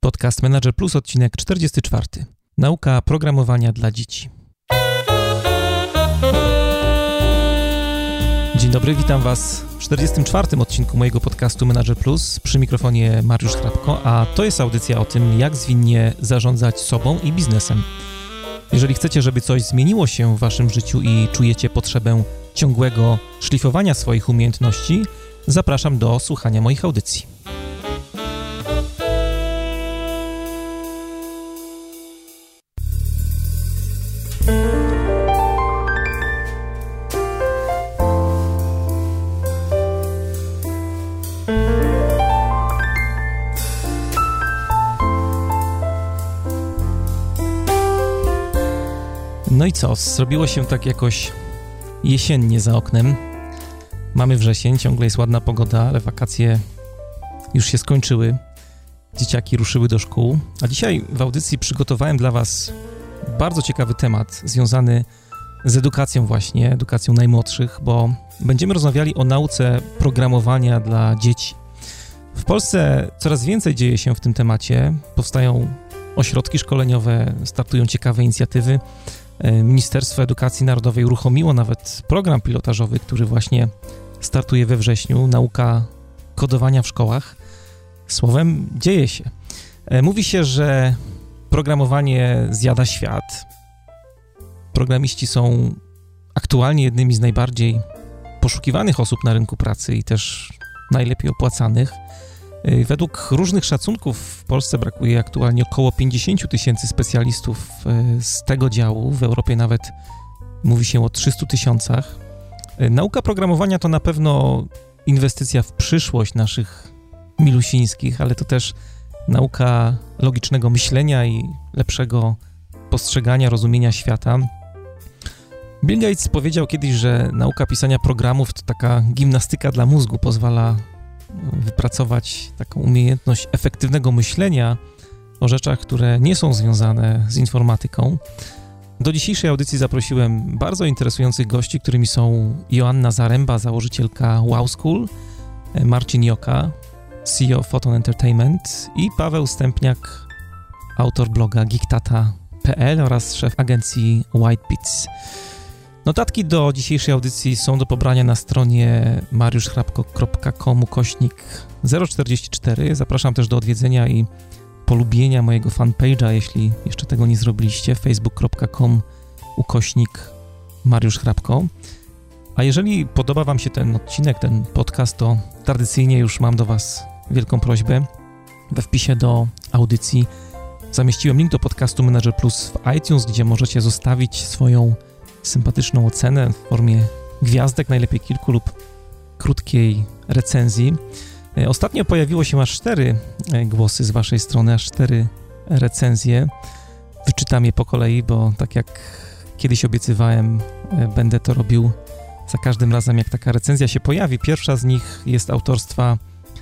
Podcast Manager Plus, odcinek 44. Nauka programowania dla dzieci. Dzień dobry, witam Was w 44. odcinku mojego podcastu Manager Plus. Przy mikrofonie Mariusz Hrabko, a to jest audycja o tym, jak zwinnie zarządzać sobą i biznesem. Jeżeli chcecie, żeby coś zmieniło się w Waszym życiu i czujecie potrzebę ciągłego szlifowania swoich umiejętności, zapraszam do słuchania moich audycji. No i co? Zrobiło się tak jakoś jesiennie za oknem. Mamy wrzesień, ciągle jest ładna pogoda, ale wakacje już się skończyły. Dzieciaki ruszyły do szkół. A dzisiaj w audycji przygotowałem dla Was bardzo ciekawy temat związany z edukacją właśnie, edukacją najmłodszych, bo będziemy rozmawiali o nauce programowania dla dzieci. W Polsce coraz więcej dzieje się w tym temacie. Powstają ośrodki szkoleniowe, startują ciekawe inicjatywy. Ministerstwo Edukacji Narodowej uruchomiło nawet program pilotażowy, który właśnie startuje we wrześniu. Nauka kodowania w szkołach. Słowem, dzieje się. Mówi się, że programowanie zjada świat. Programiści są aktualnie jednymi z najbardziej poszukiwanych osób na rynku pracy i też najlepiej opłacanych. Według różnych szacunków w Polsce brakuje aktualnie około 50 tysięcy specjalistów z tego działu. W Europie nawet mówi się o 300 tysiącach. Nauka programowania to na pewno inwestycja w przyszłość naszych milusińskich, ale to też nauka logicznego myślenia i lepszego postrzegania, rozumienia świata. Bill Gates powiedział kiedyś, że nauka pisania programów to taka gimnastyka dla mózgu, pozwala wypracować taką umiejętność efektywnego myślenia o rzeczach, które nie są związane z informatyką. Do dzisiejszej audycji zaprosiłem bardzo interesujących gości, którymi są Joanna Zaręba, założycielka Wow School, Marcin Joka, CEO Photon Entertainment i Paweł Stępniak, autor bloga geektata.pl oraz szef agencji Whitebits. Notatki do dzisiejszej audycji są do pobrania na stronie mariuszhrabko.com/044. Zapraszam też do odwiedzenia i polubienia mojego fanpage'a, jeśli jeszcze tego nie zrobiliście, facebook.com/Mariusz Hrabko. A jeżeli podoba Wam się ten odcinek, ten podcast, to tradycyjnie już mam do Was wielką prośbę. We wpisie do audycji zamieściłem link do podcastu Manager Plus w iTunes, gdzie możecie zostawić swoją sympatyczną ocenę w formie gwiazdek, najlepiej kilku lub krótkiej recenzji. Ostatnio pojawiło się aż 4 głosy z Waszej strony, aż 4 recenzje. Wyczytam je po kolei, bo tak jak kiedyś obiecywałem, będę to robił za każdym razem, jak taka recenzja się pojawi. Pierwsza z nich jest autorstwa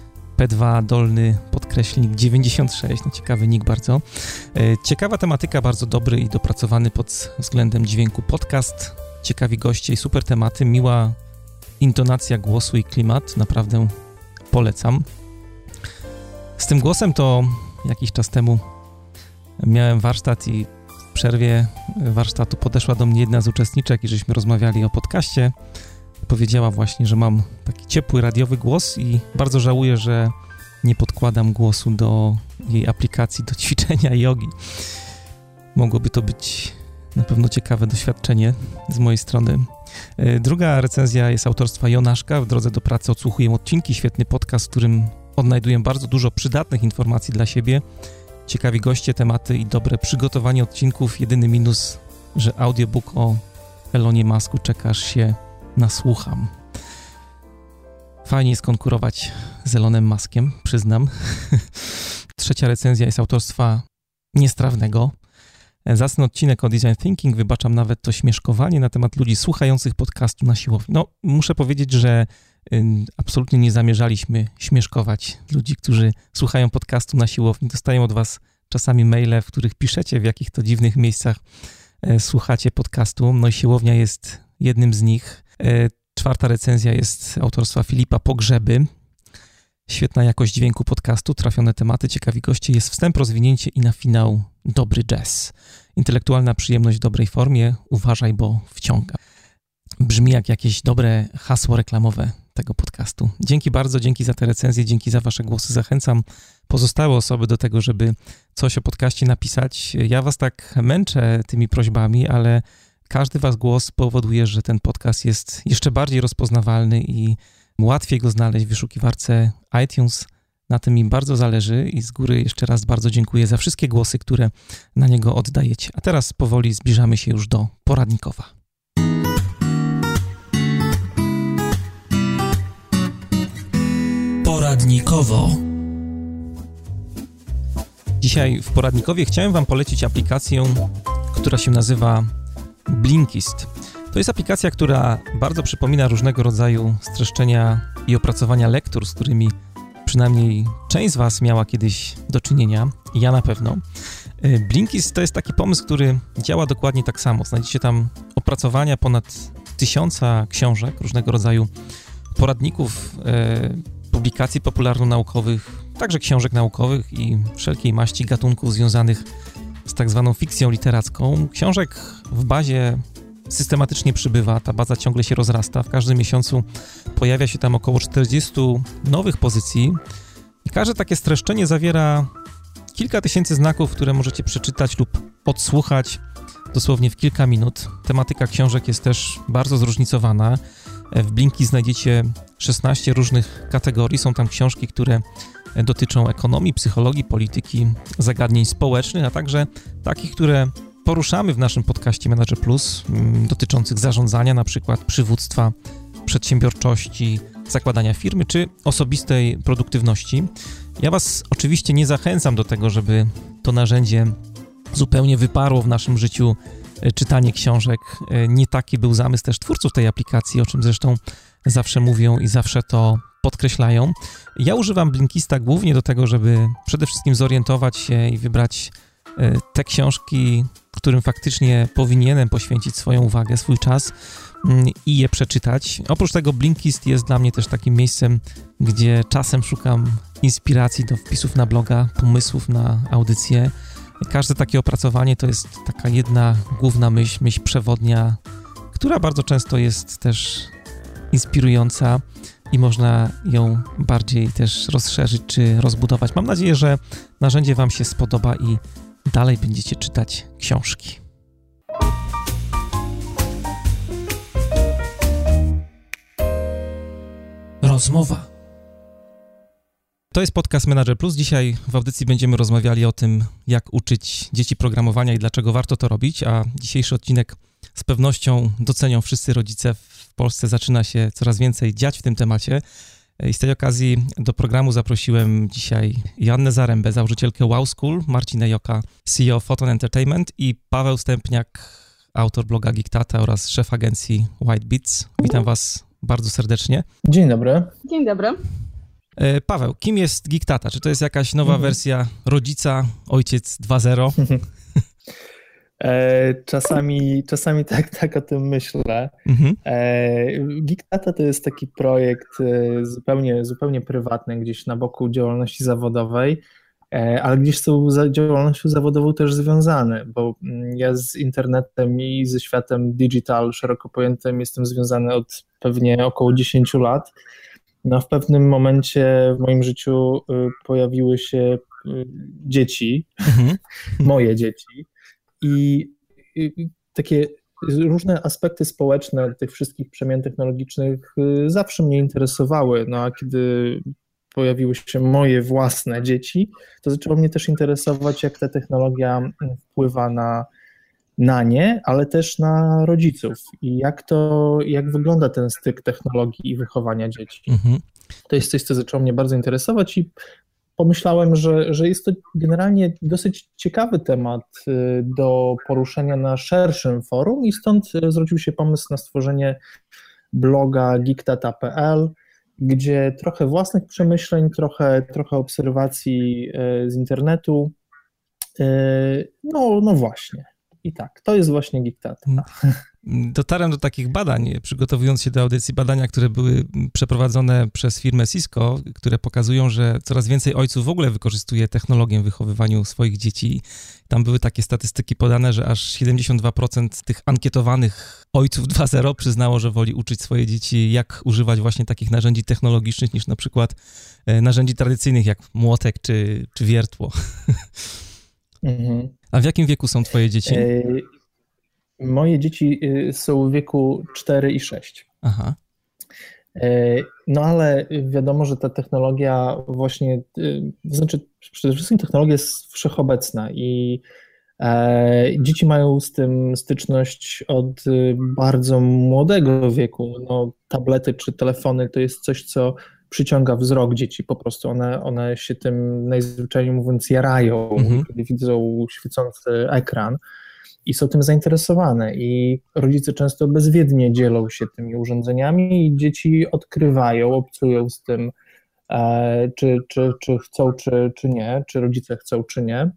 P2_96, no ciekawy nick bardzo. Ciekawa tematyka, bardzo dobry i dopracowany pod względem dźwięku podcast. Ciekawi goście i super tematy, miła intonacja głosu i klimat, naprawdę polecam. Z tym głosem to jakiś czas temu miałem warsztat i w przerwie warsztatu podeszła do mnie jedna z uczestniczek i żeśmy rozmawiali o podcaście. Powiedziała właśnie, że mam taki ciepły, radiowy głos i bardzo żałuję, że nie podkładam głosu do jej aplikacji do ćwiczenia jogi. Mogłoby to być na pewno ciekawe doświadczenie z mojej strony. Druga recenzja jest autorstwa Jonaszka. W drodze do pracy odsłuchuję odcinki. Świetny podcast, w którym odnajduję bardzo dużo przydatnych informacji dla siebie. Ciekawi goście, tematy i dobre przygotowanie odcinków. Jedyny minus, że audiobook o Elonie Musku czeka, aż się nasłucham. Fajnie jest konkurować z Elonem Muskiem, przyznam. Trzecia recenzja jest autorstwa Niestrawnego. Zacny odcinek o design thinking, wybaczam nawet to śmieszkowanie na temat ludzi słuchających podcastu na siłowni. No, muszę powiedzieć, że absolutnie nie zamierzaliśmy śmieszkować ludzi, którzy słuchają podcastu na siłowni. Dostaję od Was czasami maile, w których piszecie, w jakich to dziwnych miejscach słuchacie podcastu. No i siłownia jest jednym z nich. Czwarta recenzja jest autorstwa Filipa Pogrzeby. świetna jakość dźwięku podcastu, trafione tematy, ciekawi goście, jest wstęp, rozwinięcie i na finał dobry jazz. Intelektualna przyjemność w dobrej formie, uważaj, bo wciąga. Brzmi jak jakieś dobre hasło reklamowe tego podcastu. Dzięki bardzo, dzięki za te recenzje, dzięki za wasze głosy. Zachęcam pozostałe osoby do tego, żeby coś o podcaście napisać. Ja was tak męczę tymi prośbami, ale każdy was głos powoduje, że ten podcast jest jeszcze bardziej rozpoznawalny i łatwiej go znaleźć w wyszukiwarce iTunes. Na tym mi bardzo zależy i z góry jeszcze raz bardzo dziękuję za wszystkie głosy, które na niego oddajecie. A teraz powoli zbliżamy się już do poradnikowa. Poradnikowo. Dzisiaj w poradnikowie chciałem wam polecić aplikację, która się nazywa Blinkist. To jest aplikacja, która bardzo przypomina różnego rodzaju streszczenia i opracowania lektur, z którymi przynajmniej część z was miała kiedyś do czynienia, ja na pewno. Blinkist to jest taki pomysł, który działa dokładnie tak samo. Znajdziecie tam opracowania ponad 1000 książek, różnego rodzaju poradników, publikacji popularno-naukowych, także książek naukowych i wszelkiej maści gatunków związanych z tak zwaną fikcją literacką. Książek w bazie systematycznie przybywa, ta baza ciągle się rozrasta. W każdym miesiącu pojawia się tam około 40 nowych pozycji i każde takie streszczenie zawiera kilka tysięcy znaków, które możecie przeczytać lub odsłuchać dosłownie w kilka minut. Tematyka książek jest też bardzo zróżnicowana. W Blinki znajdziecie 16 różnych kategorii. Są tam książki, które dotyczą ekonomii, psychologii, polityki, zagadnień społecznych, a także takich, które poruszamy w naszym podcaście Manager Plus, dotyczących zarządzania, na przykład przywództwa, przedsiębiorczości, zakładania firmy czy osobistej produktywności. Ja was oczywiście nie zachęcam do tego, żeby to narzędzie zupełnie wyparło w naszym życiu czytanie książek. Nie taki był zamysł też twórców tej aplikacji, o czym zresztą zawsze mówią i zawsze to podkreślają. Ja używam Blinkista głównie do tego, żeby przede wszystkim zorientować się i wybrać te książki, którym faktycznie powinienem poświęcić swoją uwagę, swój czas i je przeczytać. Oprócz tego Blinkist jest dla mnie też takim miejscem, gdzie czasem szukam inspiracji do wpisów na bloga, pomysłów na audycje. Każde takie opracowanie to jest taka jedna główna myśl przewodnia, która bardzo często jest też inspirująca i można ją bardziej też rozszerzyć czy rozbudować. Mam nadzieję, że narzędzie wam się spodoba i dalej będziecie czytać książki. Rozmowa. To jest podcast Manager Plus. Dzisiaj w audycji będziemy rozmawiali o tym, jak uczyć dzieci programowania i dlaczego warto to robić, a dzisiejszy odcinek z pewnością docenią wszyscy rodzice. W Polsce zaczyna się coraz więcej dziać w tym temacie. I z tej okazji do programu zaprosiłem dzisiaj Joannę Zarębę, założycielkę Wow School, Marcina Joka, CEO Photon Entertainment i Paweł Stępniak, autor bloga Geektata oraz szef agencji White Beats. Witam was bardzo serdecznie. Dzień dobry. Dzień dobry. Paweł, kim jest Geektata? Czy to jest jakaś nowa wersja rodzica, ojciec 2.0? Czasami tak o tym myślę. Geektata to jest taki projekt zupełnie prywatny, gdzieś na boku działalności zawodowej, ale gdzieś z tą działalnością zawodową też związany, bo ja z internetem i ze światem digital szeroko pojętym jestem związany od pewnie około 10 lat. No, w pewnym momencie w moim życiu pojawiły się dzieci, moje dzieci i takie różne aspekty społeczne tych wszystkich przemian technologicznych zawsze mnie interesowały, no a kiedy pojawiły się moje własne dzieci, to zaczęło mnie też interesować, jak ta technologia wpływa na nie, ale też na rodziców i jak wygląda ten styk technologii i wychowania dzieci. To jest coś, co zaczęło mnie bardzo interesować i pomyślałem, że jest to generalnie dosyć ciekawy temat do poruszenia na szerszym forum i stąd zrodził się pomysł na stworzenie bloga geektata.pl, gdzie trochę własnych przemyśleń, trochę obserwacji z internetu. No właśnie. I tak, to jest właśnie Geek Tata. Dotarłem do takich badań, przygotowując się do audycji, badania, które były przeprowadzone przez firmę Cisco, które pokazują, że coraz więcej ojców w ogóle wykorzystuje technologię w wychowywaniu swoich dzieci. Tam były takie statystyki podane, że aż 72% tych ankietowanych ojców 2.0 przyznało, że woli uczyć swoje dzieci, jak używać właśnie takich narzędzi technologicznych, niż na przykład narzędzi tradycyjnych, jak młotek czy wiertło. A w jakim wieku są twoje dzieci? Moje dzieci są w wieku 4 i 6. Aha. No ale wiadomo, że ta technologia właśnie, znaczy przede wszystkim technologia jest wszechobecna i dzieci mają z tym styczność od bardzo młodego wieku. No, tablety czy telefony to jest coś, co przyciąga wzrok dzieci, po prostu one się tym najzwyczajniej mówiąc jarają, kiedy widzą świecący ekran. I są tym zainteresowane i rodzice często bezwiednie dzielą się tymi urządzeniami i dzieci odkrywają, obcują z tym, czy chcą, czy nie, czy rodzice chcą, czy nie.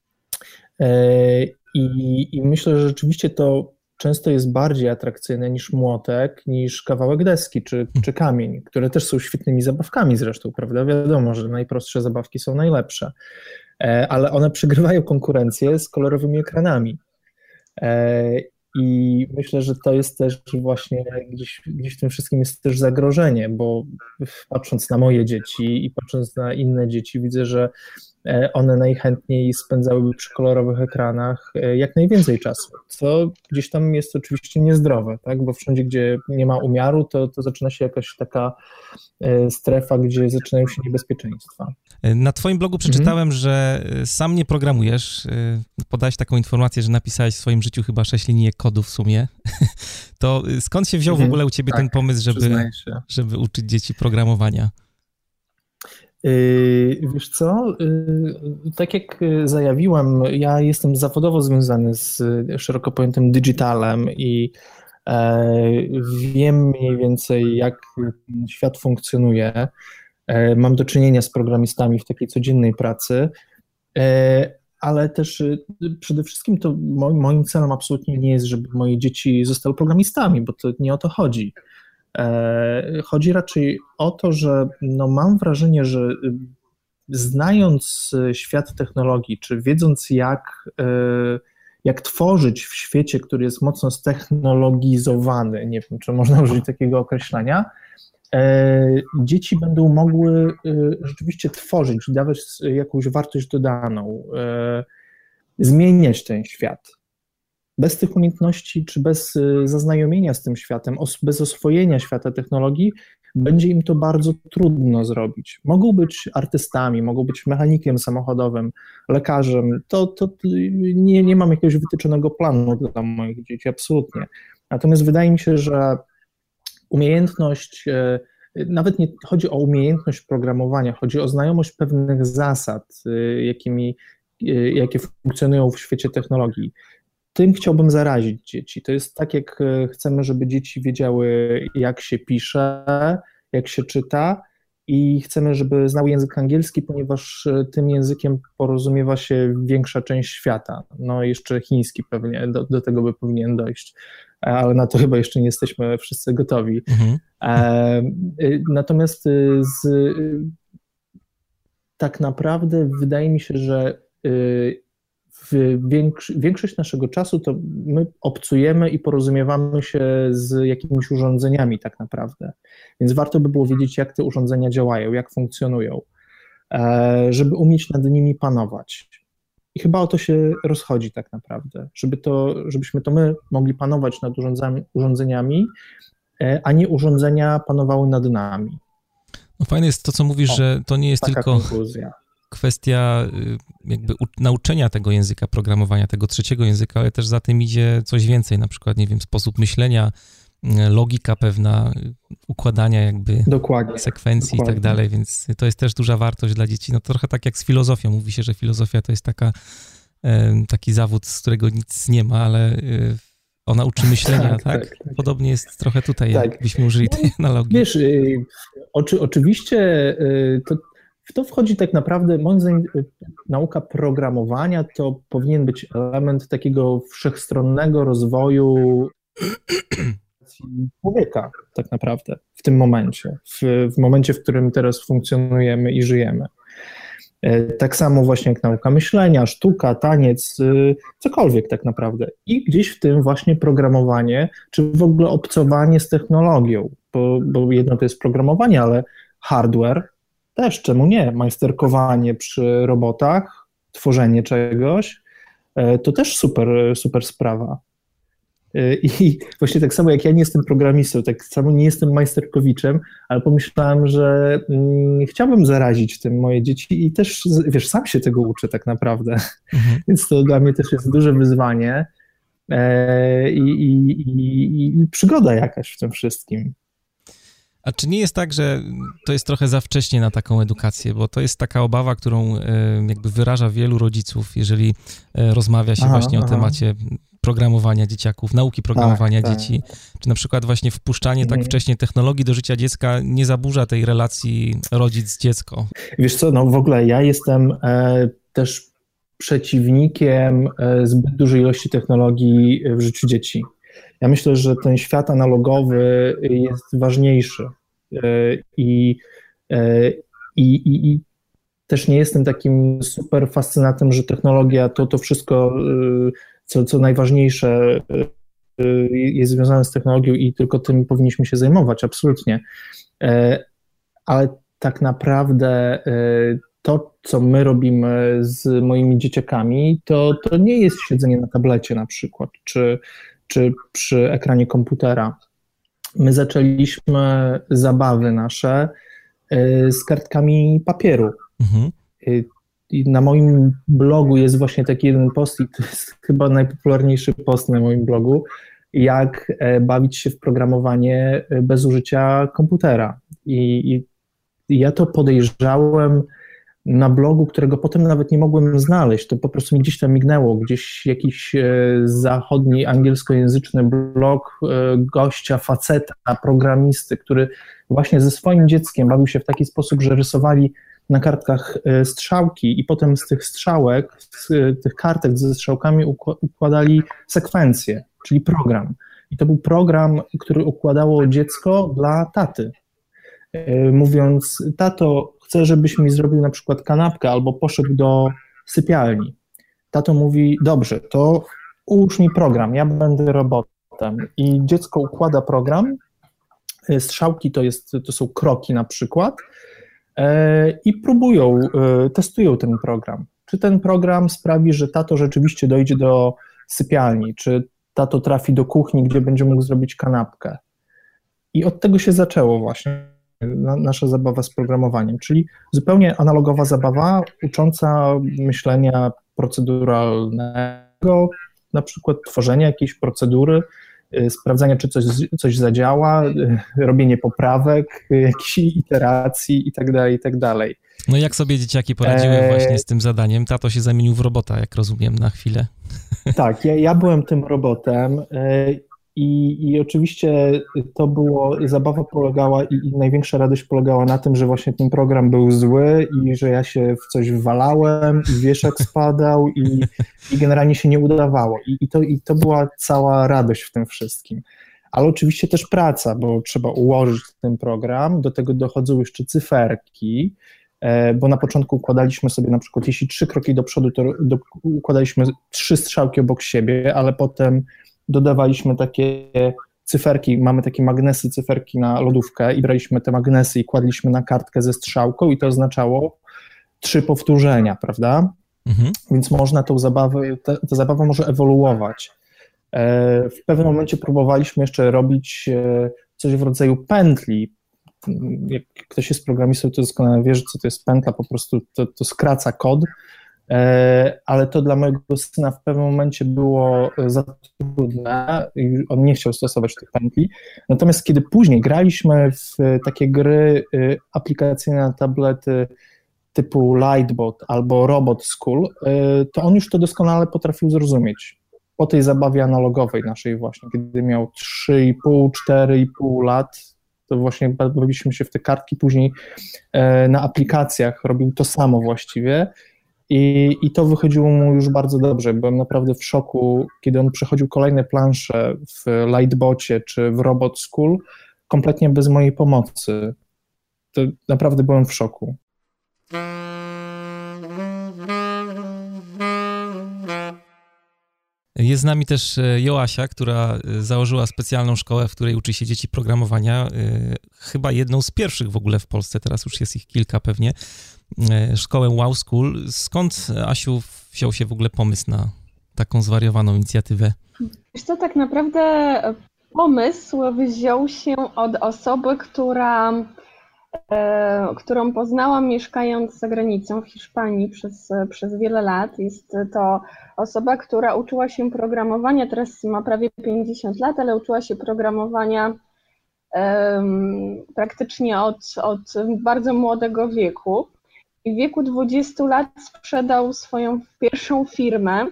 I myślę, że rzeczywiście to często jest bardziej atrakcyjne niż młotek, niż kawałek deski, czy kamień, które też są świetnymi zabawkami zresztą, prawda? Wiadomo, że najprostsze zabawki są najlepsze, ale one przegrywają konkurencję z kolorowymi ekranami. I myślę, że to jest też właśnie gdzieś w tym wszystkim jest też zagrożenie, bo patrząc na moje dzieci i patrząc na inne dzieci, widzę, że one najchętniej spędzałyby przy kolorowych ekranach jak najwięcej czasu, co gdzieś tam jest oczywiście niezdrowe, tak? Bo wszędzie, gdzie nie ma umiaru, to zaczyna się jakaś taka strefa, gdzie zaczynają się niebezpieczeństwa. Na twoim blogu przeczytałem, że sam nie programujesz. Podałeś taką informację, że napisałeś w swoim życiu chyba 6 linijek kodu w sumie. To skąd się wziął w ogóle u ciebie ten pomysł, żeby uczyć dzieci programowania? Wiesz co, tak jak zajawiłem, ja jestem zawodowo związany z szeroko pojętym digitalem i wiem mniej więcej, jak świat funkcjonuje. Mam do czynienia z programistami w takiej codziennej pracy, ale też przede wszystkim to moim celem absolutnie nie jest, żeby moje dzieci zostały programistami, bo to nie o to chodzi. Chodzi raczej o to, że mam wrażenie, że znając świat technologii, czy wiedząc jak tworzyć w świecie, który jest mocno ztechnologizowany, nie wiem, czy można użyć takiego określenia, dzieci będą mogły rzeczywiście tworzyć, dawać jakąś wartość dodaną, zmieniać ten świat. Bez tych umiejętności, czy bez zaznajomienia z tym światem, bez oswojenia świata technologii, będzie im to bardzo trudno zrobić. Mogą być artystami, mogą być mechanikiem samochodowym, lekarzem, to nie mam jakiegoś wytyczonego planu dla moich dzieci, absolutnie. Natomiast wydaje mi się, że umiejętność, nawet nie chodzi o umiejętność programowania, chodzi o znajomość pewnych zasad, jakie funkcjonują w świecie technologii. Tym chciałbym zarazić dzieci. To jest tak, jak chcemy, żeby dzieci wiedziały, jak się pisze, jak się czyta i chcemy, żeby znały język angielski, ponieważ tym językiem porozumiewa się większa część świata. No jeszcze chiński pewnie, do tego by powinien dojść, ale na to chyba jeszcze nie jesteśmy wszyscy gotowi. Natomiast tak naprawdę wydaje mi się, że większość naszego czasu to my obcujemy i porozumiewamy się z jakimiś urządzeniami tak naprawdę, więc warto by było wiedzieć, jak te urządzenia działają, jak funkcjonują, żeby umieć nad nimi panować. I chyba o to się rozchodzi tak naprawdę, żebyśmy to my mogli panować nad urządzeniami, a nie urządzenia panowały nad nami. No fajne jest to, co mówisz, że to nie jest tylko kwestia jakby nauczenia tego języka programowania, tego trzeciego języka, ale też za tym idzie coś więcej, na przykład, nie wiem, sposób myślenia, logika pewna, układania jakby sekwencji i tak dalej, więc to jest też duża wartość dla dzieci. No to trochę tak jak z filozofią. Mówi się, że filozofia to jest taki zawód, z którego nic nie ma, ale ona uczy myślenia, tak? Podobnie jest trochę tutaj, jakbyśmy użyli tej analogii. Wiesz, oczywiście w to wchodzi tak naprawdę, moim zdaniem, nauka programowania to powinien być element takiego wszechstronnego rozwoju człowieka tak naprawdę w tym momencie, w momencie, w którym teraz funkcjonujemy i żyjemy. Tak samo właśnie jak nauka myślenia, sztuka, taniec, cokolwiek tak naprawdę. I gdzieś w tym właśnie programowanie, czy w ogóle obcowanie z technologią, bo jedno to jest programowanie, ale hardware też, czemu nie? Majsterkowanie przy robotach, tworzenie czegoś, to też super sprawa. I właśnie tak samo jak ja nie jestem programistą, tak samo nie jestem majsterkowiczem, ale pomyślałem, że chciałbym zarazić tym moje dzieci i też, wiesz, sam się tego uczę tak naprawdę, więc to dla mnie też jest duże wyzwanie i przygoda jakaś w tym wszystkim. A czy nie jest tak, że to jest trochę za wcześnie na taką edukację, bo to jest taka obawa, którą jakby wyraża wielu rodziców, jeżeli rozmawia się właśnie o temacie programowania dzieciaków, nauki programowania dzieci, czy na przykład właśnie wpuszczanie tak wcześnie technologii do życia dziecka nie zaburza tej relacji rodzic-dziecko? Wiesz co, no w ogóle ja jestem też przeciwnikiem zbyt dużej ilości technologii w życiu dzieci. Ja myślę, że ten świat analogowy jest ważniejszy i też nie jestem takim super fascynatem, że technologia to wszystko, co najważniejsze jest związane z technologią i tylko tym powinniśmy się zajmować, absolutnie. Ale tak naprawdę to, co my robimy z moimi dzieciakami, to nie jest siedzenie na tablecie na przykład, czy przy ekranie komputera. My zaczęliśmy zabawy nasze z kartkami papieru. I na moim blogu jest właśnie taki jeden post i to jest chyba najpopularniejszy post na moim blogu, jak bawić się w programowanie bez użycia komputera. I ja to podejrzałem na blogu, którego potem nawet nie mogłem znaleźć, to po prostu mi gdzieś tam mignęło, gdzieś jakiś zachodni, angielskojęzyczny blog gościa, faceta, programisty, który właśnie ze swoim dzieckiem bawił się w taki sposób, że rysowali na kartkach strzałki i potem z tych strzałek, z tych kartek ze strzałkami układali sekwencję, czyli program. I to był program, który układało dziecko dla taty. Mówiąc, tato, chcę, żebyś mi zrobił na przykład kanapkę albo poszedł do sypialni. Tato mówi, dobrze, to ułóż mi program, ja będę robotem. I dziecko układa program, strzałki to są kroki na przykład i testują ten program. Czy ten program sprawi, że tato rzeczywiście dojdzie do sypialni, czy tato trafi do kuchni, gdzie będzie mógł zrobić kanapkę. I od tego się zaczęło właśnie nasza zabawa z programowaniem, czyli zupełnie analogowa zabawa ucząca myślenia proceduralnego, na przykład tworzenia jakiejś procedury, sprawdzania, czy coś zadziała, robienie poprawek, jakichś iteracji i tak dalej. No jak sobie dzieciaki poradziły właśnie z tym zadaniem? Tato się zamienił w robota, jak rozumiem, na chwilę. Tak, ja byłem tym robotem i oczywiście zabawa polegała i największa radość polegała na tym, że właśnie ten program był zły i że ja się w coś wwalałem i wieszak spadał i generalnie się nie udawało. I to była cała radość w tym wszystkim. Ale oczywiście też praca, bo trzeba ułożyć ten program, do tego dochodzą jeszcze cyferki, bo na początku układaliśmy sobie na przykład, jeśli 3 kroki do przodu, to układaliśmy 3 strzałki obok siebie, ale potem dodawaliśmy takie cyferki, mamy takie magnesy, cyferki na lodówkę i braliśmy te magnesy i kładliśmy na kartkę ze strzałką i to oznaczało 3 powtórzenia, prawda? Więc można ta zabawa może ewoluować. W pewnym momencie próbowaliśmy jeszcze robić coś w rodzaju pętli. Jak ktoś jest programistą, to doskonale wie, że co to jest pętla, po prostu to skraca kod, ale to dla mojego syna w pewnym momencie było za trudne i on nie chciał stosować tych pętli. Natomiast kiedy później graliśmy w takie gry aplikacyjne na tablety typu Lightbot albo Robot School, to on już to doskonale potrafił zrozumieć. Po tej zabawie analogowej naszej właśnie, kiedy miał 3,5, 4,5 lat, To właśnie bawiliśmy się w te kartki, później na aplikacjach robił to samo właściwie i to wychodziło mu już bardzo dobrze. Byłem naprawdę w szoku, kiedy on przechodził kolejne plansze w Lightbocie czy w Robot School, kompletnie bez mojej pomocy. To naprawdę byłem w szoku. Jest z nami też Joasia, która założyła specjalną szkołę, w której uczy się dzieci programowania. Chyba jedną z pierwszych w ogóle w Polsce, teraz już jest ich kilka pewnie. Szkołę Wow School. Skąd, Asiu, wziął się w ogóle pomysł na taką zwariowaną inicjatywę? Wiesz co, tak naprawdę pomysł wziął się od osoby, którą poznałam mieszkając za granicą w Hiszpanii przez wiele lat. Jest to osoba, która uczyła się programowania, teraz ma prawie 50 lat, ale uczyła się programowania praktycznie od bardzo młodego wieku. I w wieku 20 lat sprzedał swoją pierwszą firmę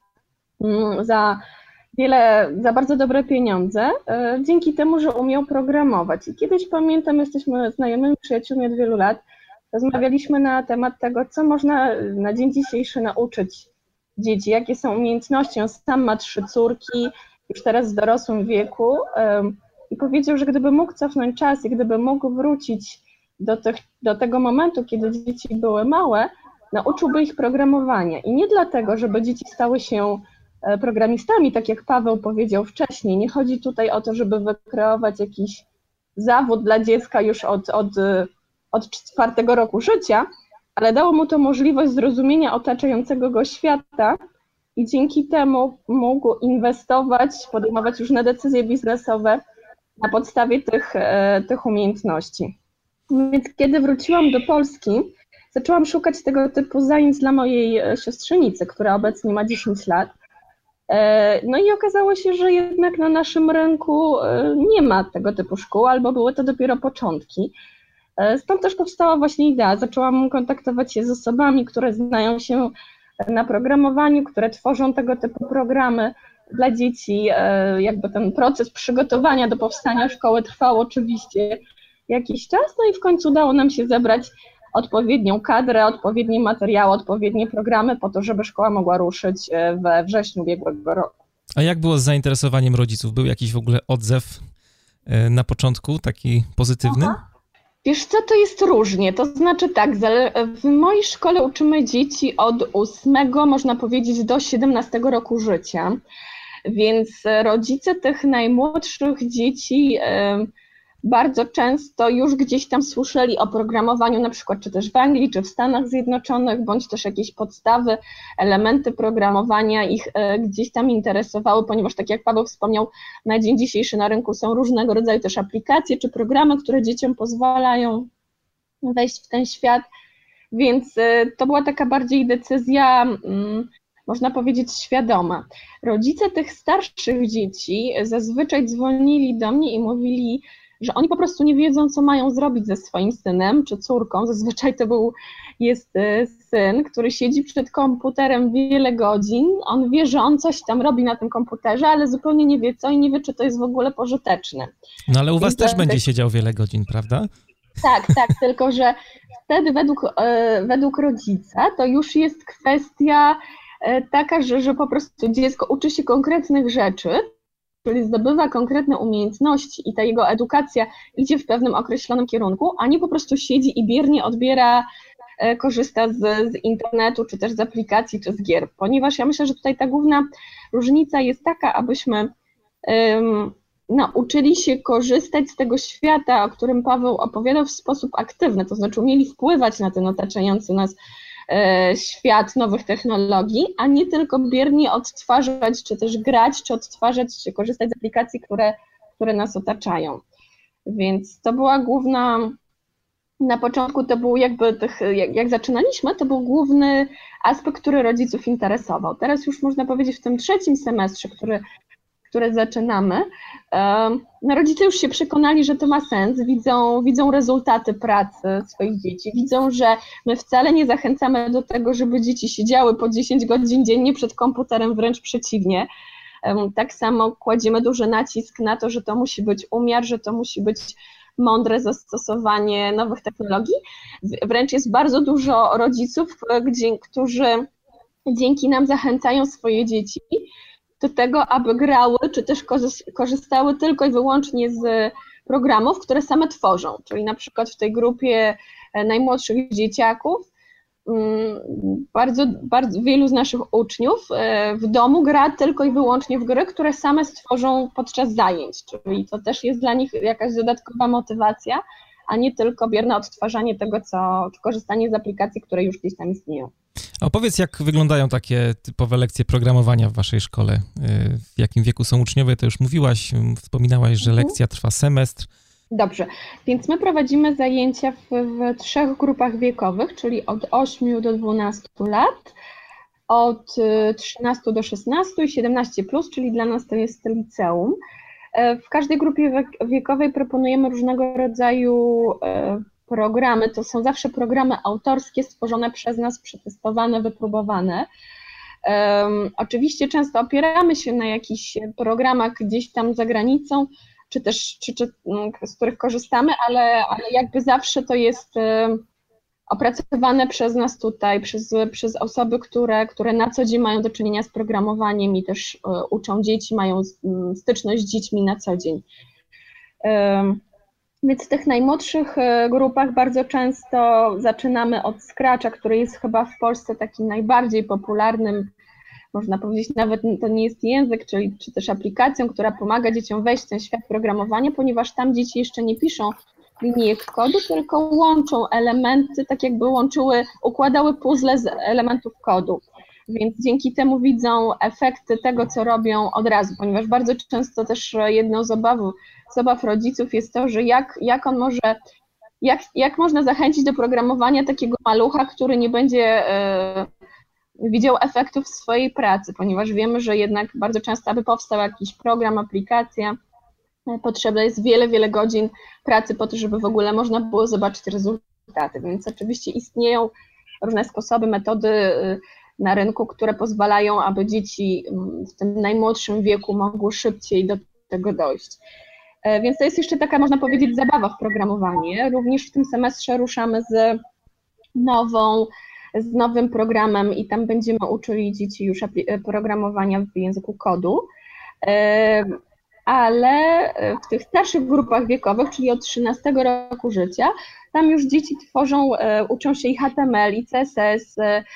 za bardzo dobre pieniądze, dzięki temu, że umiał programować. I kiedyś pamiętam, jesteśmy znajomymi przyjaciółmi od wielu lat, rozmawialiśmy na temat tego, co można na dzień dzisiejszy nauczyć dzieci, jakie są umiejętności. On sam ma 3 córki, już teraz w dorosłym wieku i powiedział, że gdyby mógł cofnąć czas i gdyby mógł wrócić do tego momentu, kiedy dzieci były małe, nauczyłby ich programowania. I nie dlatego, żeby dzieci stały się programistami, tak jak Paweł powiedział wcześniej. Nie chodzi tutaj o to, żeby wykreować jakiś zawód dla dziecka już od 4 roku życia, ale dało mu to możliwość zrozumienia otaczającego go świata i dzięki temu mógł inwestować, podejmować różne decyzje biznesowe na podstawie tych umiejętności. Więc kiedy wróciłam do Polski, zaczęłam szukać tego typu zajęć dla mojej siostrzenicy, która obecnie ma 10 lat. No i okazało się, że jednak na naszym rynku nie ma tego typu szkół, albo były to dopiero początki. Stąd też powstała właśnie idea. Zaczęłam kontaktować się z osobami, które znają się na programowaniu, które tworzą tego typu programy dla dzieci. Jakby ten proces przygotowania do powstania szkoły trwał oczywiście jakiś czas, no i w końcu udało nam się zebrać odpowiednią kadrę, odpowiednie materiały, odpowiednie programy po to, żeby szkoła mogła ruszyć we wrześniu ubiegłego roku. A jak było z zainteresowaniem rodziców? Był jakiś w ogóle odzew na początku, taki pozytywny? Aha. Wiesz co, to jest różnie, to znaczy tak, w mojej szkole uczymy dzieci od 8, można powiedzieć, do 17 roku życia, więc rodzice tych najmłodszych dzieci bardzo często już gdzieś tam słyszeli o programowaniu, na przykład czy też w Anglii, czy w Stanach Zjednoczonych, bądź też jakieś podstawy, elementy programowania ich gdzieś tam interesowały, ponieważ tak jak Paweł wspomniał, na dzień dzisiejszy na rynku są różnego rodzaju też aplikacje czy programy, które dzieciom pozwalają wejść w ten świat, więc to była taka bardziej decyzja, można powiedzieć, świadoma. Rodzice tych starszych dzieci zazwyczaj dzwonili do mnie i mówili, że oni po prostu nie wiedzą, co mają zrobić ze swoim synem czy córką. Zazwyczaj to jest syn, który siedzi przed komputerem wiele godzin. On wie, że on coś tam robi na tym komputerze, ale zupełnie nie wie co i nie wie, czy to jest w ogóle pożyteczne. No ale u was też będzie siedział wiele godzin, prawda? Tak, tylko że wtedy według rodzica to już jest kwestia taka, że po prostu dziecko uczy się konkretnych rzeczy, czyli zdobywa konkretne umiejętności i ta jego edukacja idzie w pewnym określonym kierunku, a nie po prostu siedzi i biernie odbiera, korzysta z internetu, czy też z aplikacji, czy z gier. Ponieważ ja myślę, że tutaj ta główna różnica jest taka, abyśmy uczyli się korzystać z tego świata, o którym Paweł opowiadał, w sposób aktywny, to znaczy umieli wpływać na ten otaczający nas świat nowych technologii, a nie tylko biernie odtwarzać, czy też grać, czy odtwarzać, czy korzystać z aplikacji, które nas otaczają. Więc to była główna, na początku to był jakby, jak zaczynaliśmy, to był główny aspekt, który rodziców interesował. Teraz już można powiedzieć w tym 3. semestrze, które zaczynamy, rodzice już się przekonali, że to ma sens, widzą rezultaty pracy swoich dzieci, widzą, że my wcale nie zachęcamy do tego, żeby dzieci siedziały po 10 godzin dziennie przed komputerem, wręcz przeciwnie. Tak samo kładziemy duży nacisk na to, że to musi być umiar, że to musi być mądre zastosowanie nowych technologii. Wręcz jest bardzo dużo rodziców, którzy dzięki nam zachęcają swoje dzieci do tego, aby grały, czy też korzystały tylko i wyłącznie z programów, które same tworzą. Czyli na przykład w tej grupie najmłodszych dzieciaków bardzo wielu z naszych uczniów w domu gra tylko i wyłącznie w gry, które same stworzą podczas zajęć, czyli to też jest dla nich jakaś dodatkowa motywacja, a nie tylko bierne odtwarzanie tego, czy korzystanie z aplikacji, które już gdzieś tam istnieją. A opowiedz, jak wyglądają takie typowe lekcje programowania w waszej szkole? W jakim wieku są uczniowie, to już mówiłaś, wspominałaś, że lekcja trwa semestr. Dobrze, więc my prowadzimy zajęcia w 3 grupach wiekowych, czyli od 8 do 12 lat, od 13 do 16 i 17+, czyli dla nas to jest liceum. W każdej grupie wiekowej proponujemy różnego rodzaju programy, to są zawsze programy autorskie stworzone przez nas, przetestowane, wypróbowane. Oczywiście często opieramy się na jakichś programach gdzieś tam za granicą, czy też z których korzystamy, ale jakby zawsze to jest opracowane przez nas tutaj, przez osoby, które na co dzień mają do czynienia z programowaniem i też uczą dzieci, mają styczność z dziećmi na co dzień. Więc w tych najmłodszych grupach bardzo często zaczynamy od Scratcha, który jest chyba w Polsce takim najbardziej popularnym, można powiedzieć, nawet to nie jest język, czy też aplikacją, która pomaga dzieciom wejść w ten świat programowania, ponieważ tam dzieci jeszcze nie piszą linijek kodu, tylko łączą elementy, tak jakby układały puzzle z elementów kodu. Więc dzięki temu widzą efekty tego, co robią od razu, ponieważ bardzo często też jedną z obaw rodziców jest to, że jak można zachęcić do programowania takiego malucha, który nie będzie widział efektów w swojej pracy, ponieważ wiemy, że jednak bardzo często, aby powstał jakiś program, aplikacja, potrzebne jest wiele godzin pracy po to, żeby w ogóle można było zobaczyć rezultaty. Więc oczywiście istnieją różne sposoby, metody na rynku, które pozwalają, aby dzieci w tym najmłodszym wieku mogły szybciej do tego dojść. Więc to jest jeszcze taka, można powiedzieć, zabawa w programowanie. Również w tym semestrze ruszamy z nowym programem i tam będziemy uczyli dzieci już programowania w języku kodu. Ale w tych starszych grupach wiekowych, czyli od 13 roku życia, tam już dzieci uczą się i HTML, i CSS,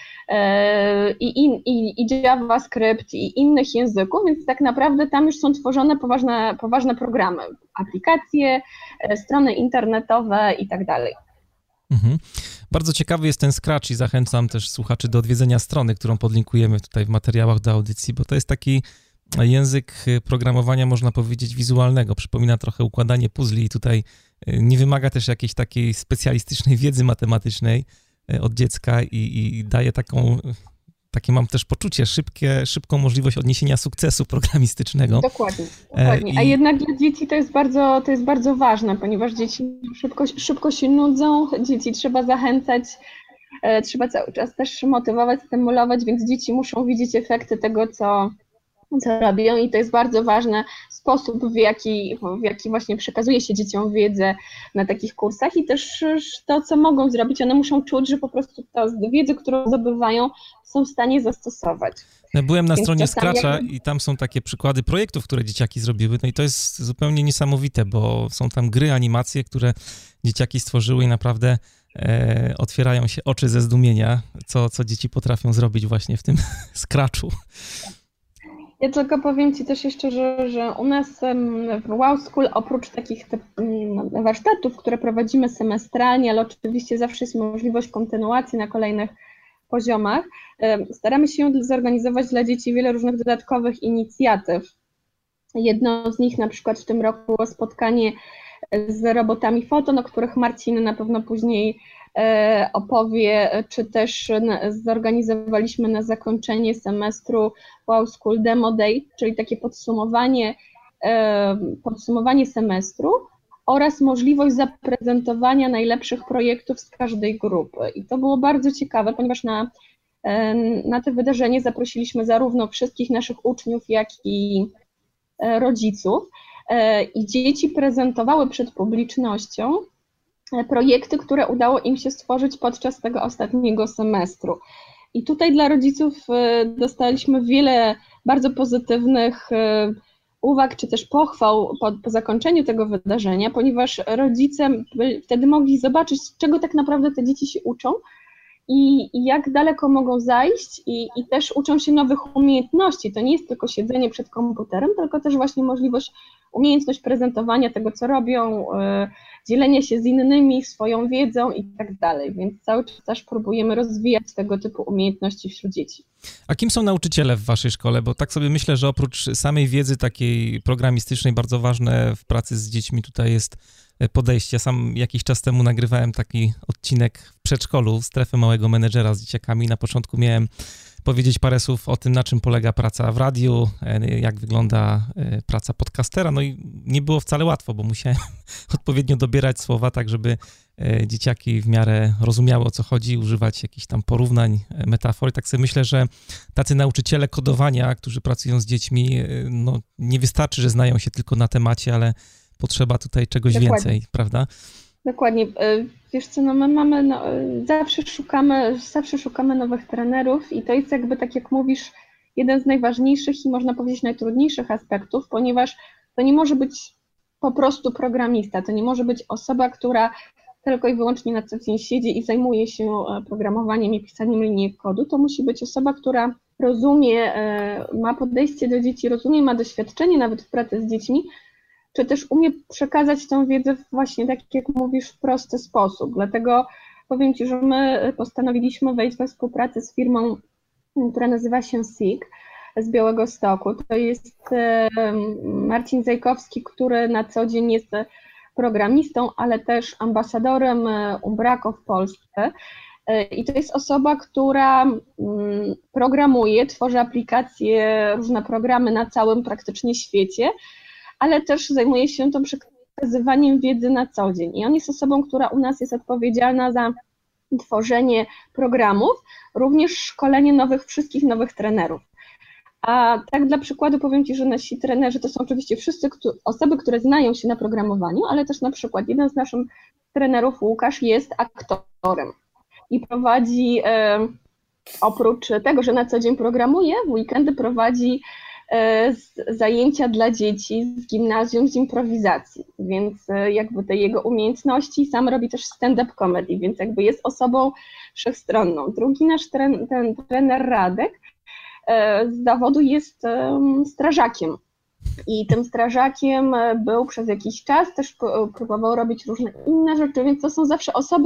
i JavaScript, i innych języków, więc tak naprawdę tam już są tworzone poważne programy, aplikacje, strony internetowe i tak dalej. Bardzo ciekawy jest ten Scratch i zachęcam też słuchaczy do odwiedzenia strony, którą podlinkujemy tutaj w materiałach do audycji, bo to jest taki język programowania, można powiedzieć, wizualnego. Przypomina trochę układanie puzli i tutaj nie wymaga też jakiejś takiej specjalistycznej wiedzy matematycznej od dziecka i daje takie mam też poczucie, szybką możliwość odniesienia sukcesu programistycznego. Dokładnie. A jednak dla dzieci to jest bardzo ważne, ponieważ dzieci szybko się nudzą, dzieci trzeba zachęcać, trzeba cały czas też motywować, stymulować, więc dzieci muszą widzieć efekty tego, co robią i to jest bardzo ważny sposób, w jaki właśnie przekazuje się dzieciom wiedzę na takich kursach i też to, co mogą zrobić, one muszą czuć, że po prostu tę wiedzę, którą zdobywają, są w stanie zastosować. Byłem na stronie Scratcha i tam są takie przykłady projektów, które dzieciaki zrobiły, no i to jest zupełnie niesamowite, bo są tam gry, animacje, które dzieciaki stworzyły i naprawdę otwierają się oczy ze zdumienia, co dzieci potrafią zrobić właśnie w tym Scratchu. Ja tylko powiem Ci też jeszcze, że u nas w Wow School oprócz takich warsztatów, które prowadzimy semestralnie, ale oczywiście zawsze jest możliwość kontynuacji na kolejnych poziomach, staramy się zorganizować dla dzieci wiele różnych dodatkowych inicjatyw. Jedną z nich na przykład w tym roku było spotkanie z robotami Foton, o których Marcin na pewno później opowie, czy też zorganizowaliśmy na zakończenie semestru Wow School Demo Day, czyli takie podsumowanie semestru oraz możliwość zaprezentowania najlepszych projektów z każdej grupy. I to było bardzo ciekawe, ponieważ na to wydarzenie zaprosiliśmy zarówno wszystkich naszych uczniów, jak i rodziców. i dzieci prezentowały przed publicznością projekty, które udało im się stworzyć podczas tego ostatniego semestru. I tutaj dla rodziców dostaliśmy wiele bardzo pozytywnych uwag, czy też pochwał po zakończeniu tego wydarzenia, ponieważ rodzice wtedy mogli zobaczyć, czego tak naprawdę te dzieci się uczą i jak daleko mogą zajść i też uczą się nowych umiejętności. To nie jest tylko siedzenie przed komputerem, tylko też właśnie umiejętność prezentowania tego, co robią, dzielenia się z innymi swoją wiedzą i tak dalej, więc cały czas też próbujemy rozwijać tego typu umiejętności wśród dzieci. A kim są nauczyciele w waszej szkole? Bo tak sobie myślę, że oprócz samej wiedzy takiej programistycznej bardzo ważne w pracy z dziećmi tutaj jest podejście. Sam jakiś czas temu nagrywałem taki odcinek w przedszkolu, Strefy Małego Menedżera z dzieciakami. Na początku miałem powiedzieć parę słów o tym, na czym polega praca w radiu, jak wygląda praca podcastera. No i nie było wcale łatwo, bo musiałem odpowiednio dobierać słowa, tak żeby dzieciaki w miarę rozumiały, o co chodzi, używać jakichś tam porównań, metafor. I tak sobie myślę, że tacy nauczyciele kodowania, którzy pracują z dziećmi, no nie wystarczy, że znają się tylko na temacie, ale potrzeba tutaj czegoś więcej, prawda? Dokładnie. Wiesz co, no my mamy, zawsze szukamy nowych trenerów i to jest jakby, tak jak mówisz, jeden z najważniejszych i można powiedzieć najtrudniejszych aspektów, ponieważ to nie może być po prostu programista, to nie może być osoba, która tylko i wyłącznie na co dzień siedzi i zajmuje się programowaniem i pisaniem linii kodu. To musi być osoba, która rozumie, ma podejście do dzieci, ma doświadczenie nawet w pracy z dziećmi, czy też umie przekazać tę wiedzę właśnie, tak jak mówisz, w prosty sposób. Dlatego powiem Ci, że my postanowiliśmy wejść we współpracę z firmą, która nazywa się SIG z Białegostoku. To jest Marcin Zajkowski, który na co dzień jest programistą, ale też ambasadorem Umbraco w Polsce. I to jest osoba, która programuje, tworzy aplikacje, różne programy na całym praktycznie świecie, ale też zajmuje się tym przekazywaniem wiedzy na co dzień. I on jest osobą, która u nas jest odpowiedzialna za tworzenie programów, również szkolenie wszystkich nowych trenerów. A tak dla przykładu powiem Ci, że nasi trenerzy to są oczywiście wszyscy osoby, które znają się na programowaniu, ale też na przykład jeden z naszych trenerów, Łukasz, jest aktorem i prowadzi, oprócz tego, że na co dzień programuje, w weekendy prowadzi zajęcia dla dzieci z gimnazjum z improwizacji, więc jakby te jego umiejętności, sam robi też stand-up comedy, więc jakby jest osobą wszechstronną. Drugi nasz trener Radek z zawodu jest strażakiem i tym strażakiem był przez jakiś czas, też próbował robić różne inne rzeczy, więc to są zawsze osoby,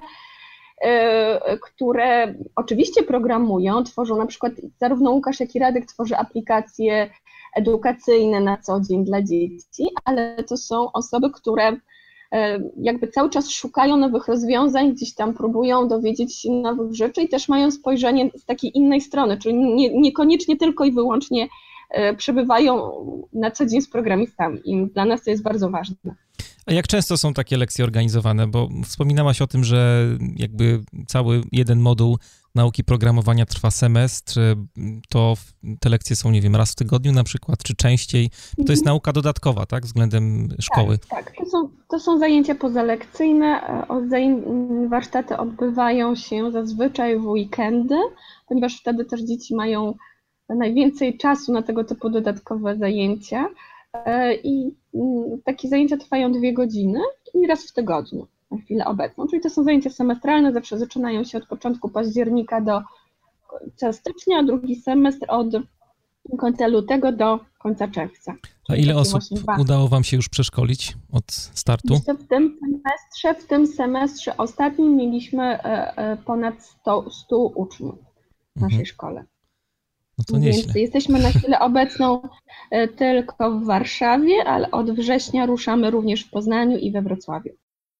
które oczywiście programują, tworzą na przykład zarówno Łukasz, jak i Radek tworzy aplikacje edukacyjne na co dzień dla dzieci, ale to są osoby, które jakby cały czas szukają nowych rozwiązań, gdzieś tam próbują dowiedzieć się nowych rzeczy i też mają spojrzenie z takiej innej strony, czyli niekoniecznie tylko i wyłącznie przebywają na co dzień z programistami i dla nas to jest bardzo ważne. A jak często są takie lekcje organizowane? Bo wspominałaś o tym, że jakby cały jeden moduł nauki programowania trwa semestr, to te lekcje są, nie wiem, raz w tygodniu na przykład, czy częściej? To jest nauka dodatkowa, tak, względem szkoły? Tak. To są zajęcia pozalekcyjne. Warsztaty odbywają się zazwyczaj w weekendy, ponieważ wtedy też dzieci mają najwięcej czasu na tego typu dodatkowe zajęcia. I takie zajęcia trwają 2 godziny i raz w tygodniu na chwilę obecną. Czyli to są zajęcia semestralne, zawsze zaczynają się od początku października do końca stycznia, a drugi semestr od końca lutego do końca czerwca. A ile osób udało Wam się już przeszkolić od startu? W tym semestrze ostatnim mieliśmy ponad 100 uczniów w naszej szkole. No to nieźle. Więc jesteśmy na chwilę obecną tylko w Warszawie, ale od września ruszamy również w Poznaniu i we Wrocławiu.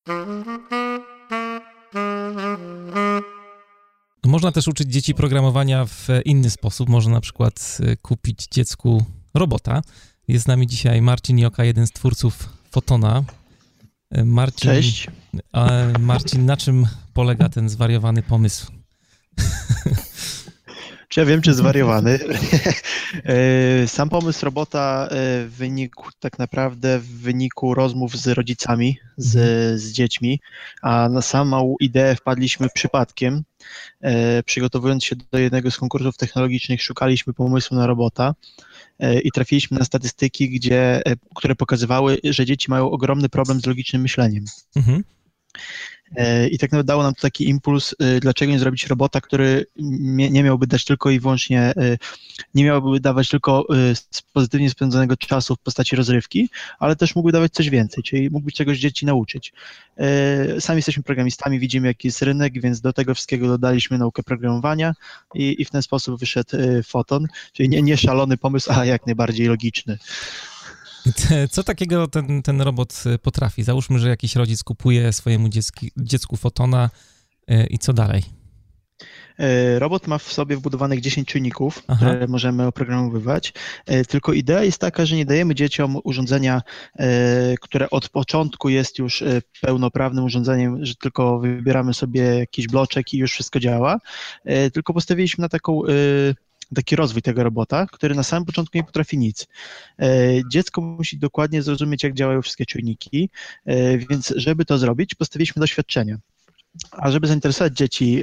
Można też uczyć dzieci programowania w inny sposób. Można na przykład kupić dziecku robota. Jest z nami dzisiaj Marcin Joka, jeden z twórców Fotona. Marcin, cześć. Marcin, na czym polega ten zwariowany pomysł? Czy ja wiem, czy zwariowany? Sam pomysł robota wynikł tak naprawdę w wyniku rozmów z rodzicami, z dziećmi, a na samą ideę wpadliśmy przypadkiem. Przygotowując się do jednego z konkursów technologicznych, szukaliśmy pomysłu na robota i trafiliśmy na statystyki, które pokazywały, że dzieci mają ogromny problem z logicznym myśleniem. Mhm. I tak naprawdę dało nam to taki impuls, dlaczego nie zrobić robota, który nie miałby dać tylko i wyłącznie, nie miałby dawać tylko pozytywnie spędzonego czasu w postaci rozrywki, ale też mógłby dawać coś więcej, czyli mógłby czegoś dzieci nauczyć. Sami jesteśmy programistami, widzimy jaki jest rynek, więc do tego wszystkiego dodaliśmy naukę programowania i w ten sposób wyszedł Photon, czyli nie szalony pomysł, a jak najbardziej logiczny. Co takiego ten robot potrafi? Załóżmy, że jakiś rodzic kupuje swojemu dziecku Photona i co dalej? Robot ma w sobie wbudowanych 10 czujników, które możemy oprogramowywać, tylko idea jest taka, że nie dajemy dzieciom urządzenia, które od początku jest już pełnoprawnym urządzeniem, że tylko wybieramy sobie jakiś bloczek i już wszystko działa, tylko postawiliśmy na taki rozwój tego robota, który na samym początku nie potrafi nic. Dziecko musi dokładnie zrozumieć, jak działają wszystkie czujniki, więc żeby to zrobić, postawiliśmy doświadczenia. A żeby zainteresować dzieci,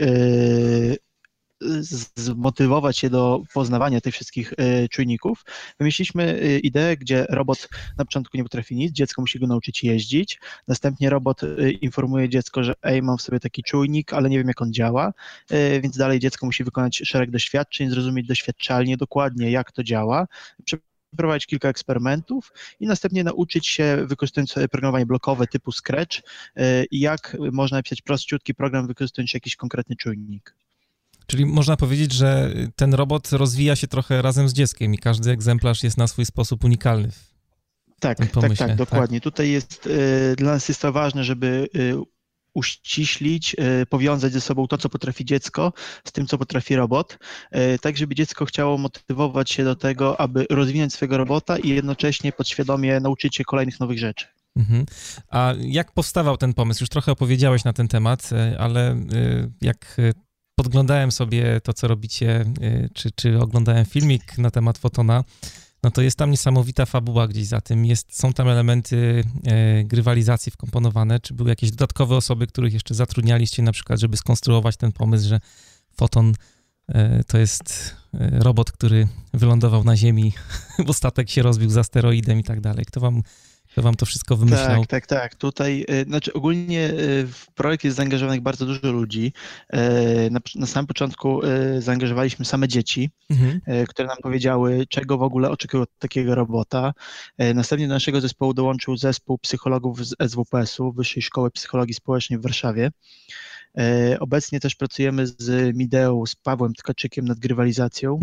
zmotywować je do poznawania tych wszystkich czujników, wymyśliliśmy ideę, gdzie robot na początku nie potrafi nic, dziecko musi go nauczyć jeździć, następnie robot informuje dziecko, że mam w sobie taki czujnik, ale nie wiem, jak on działa, więc dalej dziecko musi wykonać szereg doświadczeń, zrozumieć doświadczalnie dokładnie, jak to działa, przeprowadzić kilka eksperymentów i następnie nauczyć się, wykorzystując programowanie blokowe typu Scratch, jak można napisać prościutki program, wykorzystując jakiś konkretny czujnik. Czyli można powiedzieć, że ten robot rozwija się trochę razem z dzieckiem i każdy egzemplarz jest na swój sposób unikalny. Tak, dokładnie. Tak? Tutaj dla nas jest to ważne, żeby uściślić, powiązać ze sobą to, co potrafi dziecko, z tym, co potrafi robot, tak żeby dziecko chciało motywować się do tego, aby rozwinąć swojego robota i jednocześnie podświadomie nauczyć się kolejnych nowych rzeczy. Mhm. A jak powstawał ten pomysł? Już trochę opowiedziałeś na ten temat, ale jak podglądałem sobie to, co robicie, czy oglądałem filmik na temat Photona, no to jest tam niesamowita fabuła gdzieś za tym. Są tam elementy grywalizacji wkomponowane. Czy były jakieś dodatkowe osoby, których jeszcze zatrudnialiście na przykład, żeby skonstruować ten pomysł, że Photon to jest robot, który wylądował na Ziemi, bo statek się rozbił z asteroidem i tak dalej. Kto wam to wszystko wymyślał? Tak. Tutaj, ogólnie w projekt jest zaangażowanych bardzo dużo ludzi. Na samym początku zaangażowaliśmy same dzieci, które nam powiedziały, czego w ogóle oczekują od takiego robota. Następnie do naszego zespołu dołączył zespół psychologów z SWPS-u, Wyższej Szkoły Psychologii Społecznej w Warszawie. Obecnie też pracujemy z Mideą, z Pawłem Tkaczykiem nad grywalizacją.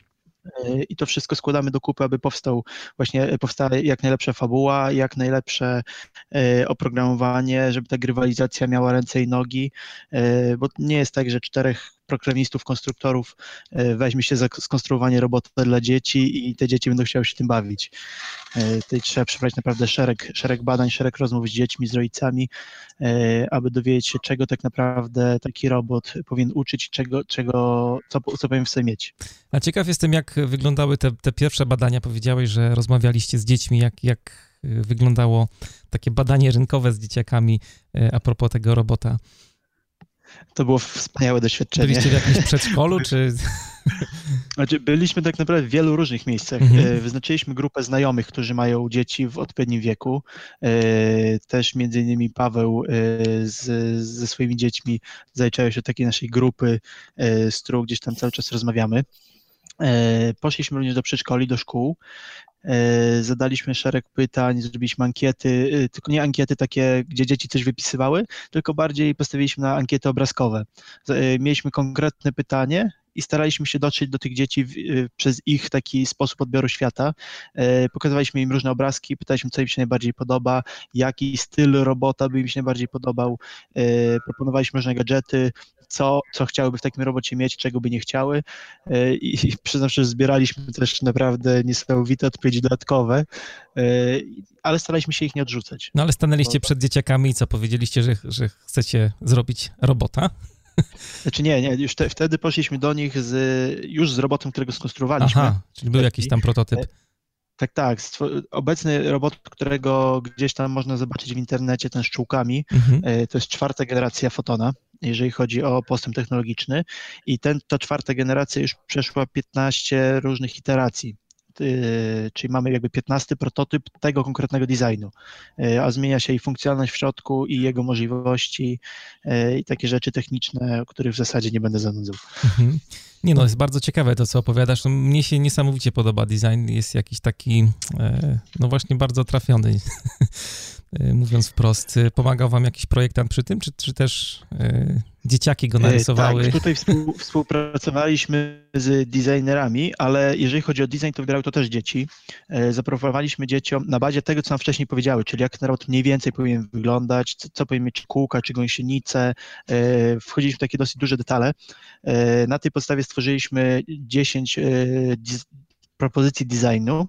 I to wszystko składamy do kupy, aby powstała jak najlepsza fabuła, jak najlepsze oprogramowanie, żeby ta grywalizacja miała ręce i nogi, bo nie jest tak, że 4 programistów, konstruktorów weźmie się za skonstruowanie robota dla dzieci i te dzieci będą chciały się tym bawić. Tutaj trzeba przeprowadzić naprawdę szereg badań, szereg rozmów z dziećmi, z rodzicami, aby dowiedzieć się, czego tak naprawdę taki robot powinien uczyć, co powinien w sobie mieć. A ciekaw jestem, jak wyglądały te pierwsze badania. Powiedziałeś, że rozmawialiście z dziećmi, jak wyglądało takie badanie rynkowe z dzieciakami a propos tego robota. To było wspaniałe doświadczenie. Byliście w jakimś przedszkolu, czy... Byliśmy tak naprawdę w wielu różnych miejscach. Wyznaczyliśmy grupę znajomych, którzy mają dzieci w odpowiednim wieku. Też między innymi Paweł ze swoimi dziećmi zaliczają się do takiej naszej grupy, z którą gdzieś tam cały czas rozmawiamy. Poszliśmy również do przedszkoli, do szkół. Zadaliśmy szereg pytań, zrobiliśmy ankiety, tylko nie ankiety takie, gdzie dzieci coś wypisywały, tylko bardziej postawiliśmy na ankiety obrazkowe. Mieliśmy konkretne pytanie i staraliśmy się dotrzeć do tych dzieci przez ich taki sposób odbioru świata. Pokazywaliśmy im różne obrazki, pytaliśmy, co im się najbardziej podoba, jaki styl robota by im się najbardziej podobał. Proponowaliśmy różne gadżety, co chciałyby w takim robocie mieć, czego by nie chciały i przyznam, że zbieraliśmy też naprawdę niesamowite odpowiedzi dodatkowe, ale staraliśmy się ich nie odrzucać. No ale stanęliście przed dzieciakami i co, powiedzieliście, że chcecie zrobić robota? Znaczy nie, już wtedy poszliśmy do nich już z robotem, którego skonstruowaliśmy. Aha, czyli był jakiś tam prototyp. Tak. Obecny robot, którego gdzieś tam można zobaczyć w internecie, ten z czułkami, to jest 4. generacja Fotona, jeżeli chodzi o postęp technologiczny. I ta 4. generacja już przeszła 15 różnych iteracji. Czyli mamy jakby 15 prototyp tego konkretnego designu, a zmienia się i funkcjonalność w środku, i jego możliwości, i takie rzeczy techniczne, o których w zasadzie nie będę zanudzał. Nie no, jest bardzo ciekawe to, co opowiadasz. No, mnie się niesamowicie podoba design, jest jakiś taki, no właśnie bardzo trafiony, mówiąc wprost. Pomagał wam jakiś projektant przy tym, czy też dzieciaki go narysowały? Tak, tutaj współpracowaliśmy z designerami, ale jeżeli chodzi o design, to wybrały to też dzieci. Zaproponowaliśmy dzieciom na bazie tego, co nam wcześniej powiedziały, czyli jak ten robot mniej więcej powinien wyglądać, co powinien mieć, czy kółka, czy gąsienice. Wchodziliśmy w takie dosyć duże detale. Na tej podstawie stworzyliśmy 10 propozycji designu.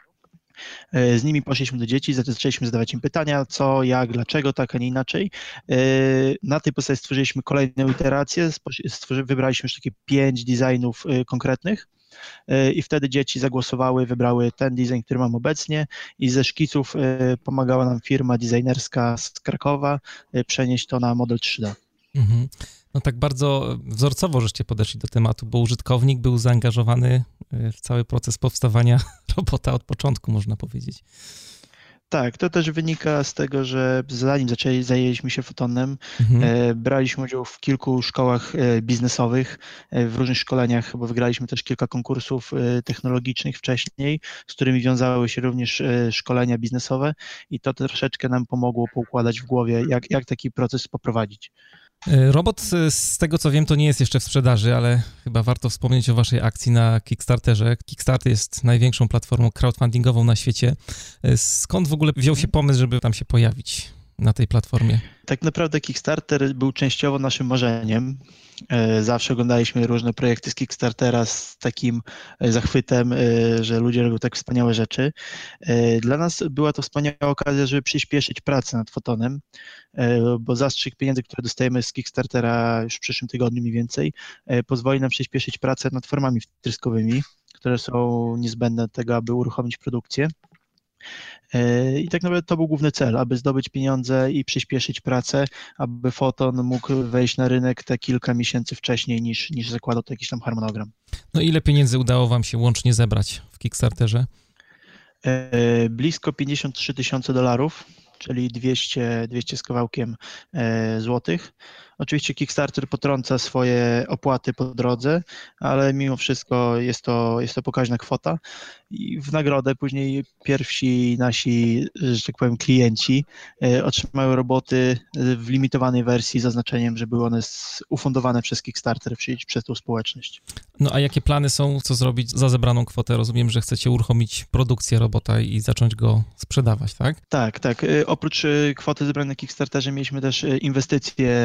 Z nimi poszliśmy do dzieci, zaczęliśmy zadawać im pytania, co, jak, dlaczego tak, a nie inaczej. Na tej podstawie stworzyliśmy kolejną iterację, wybraliśmy już takie 5 designów konkretnych i wtedy dzieci zagłosowały, wybrały ten design, który mam obecnie, i ze szkiców pomagała nam firma designerska z Krakowa przenieść to na model 3D. No tak bardzo wzorcowo żeście podeszli do tematu, bo użytkownik był zaangażowany w cały proces powstawania robota od początku, można powiedzieć. Tak, to też wynika z tego, że zanim zajęliśmy się Fotonem, braliśmy udział w kilku szkołach biznesowych, w różnych szkoleniach, bo wygraliśmy też kilka konkursów technologicznych wcześniej, z którymi wiązały się również szkolenia biznesowe, i to troszeczkę nam pomogło poukładać w głowie, jak taki proces poprowadzić. Robot, z tego co wiem, to nie jest jeszcze w sprzedaży, ale chyba warto wspomnieć o waszej akcji na Kickstarterze. Kickstarter jest największą platformą crowdfundingową na świecie. Skąd w ogóle wziął się pomysł, żeby tam się pojawić na tej platformie? Tak naprawdę Kickstarter był częściowo naszym marzeniem. Zawsze oglądaliśmy różne projekty z Kickstartera z takim zachwytem, że ludzie robią tak wspaniałe rzeczy. Dla nas była to wspaniała okazja, żeby przyspieszyć pracę nad Fotonem, bo zastrzyk pieniędzy, które dostajemy z Kickstartera już w przyszłym tygodniu mniej więcej, pozwoli nam przyspieszyć pracę nad formami wtryskowymi, które są niezbędne do tego, aby uruchomić produkcję. I tak naprawdę to był główny cel, aby zdobyć pieniądze i przyspieszyć pracę, aby Foton mógł wejść na rynek te kilka miesięcy wcześniej niż zakładał to jakiś tam harmonogram. No ile pieniędzy udało wam się łącznie zebrać w Kickstarterze? Blisko $53,000, czyli 200 z kawałkiem złotych. Oczywiście Kickstarter potrąca swoje opłaty po drodze, ale mimo wszystko jest to pokaźna kwota, i w nagrodę później pierwsi nasi, że tak powiem, klienci otrzymały roboty w limitowanej wersji z zaznaczeniem, że były one ufundowane przez Kickstarter, czyli przez tą społeczność. No a jakie plany są, co zrobić za zebraną kwotę? Rozumiem, że chcecie uruchomić produkcję robota i zacząć go sprzedawać, tak? Tak. Oprócz kwoty zebranej na Kickstarterze mieliśmy też inwestycje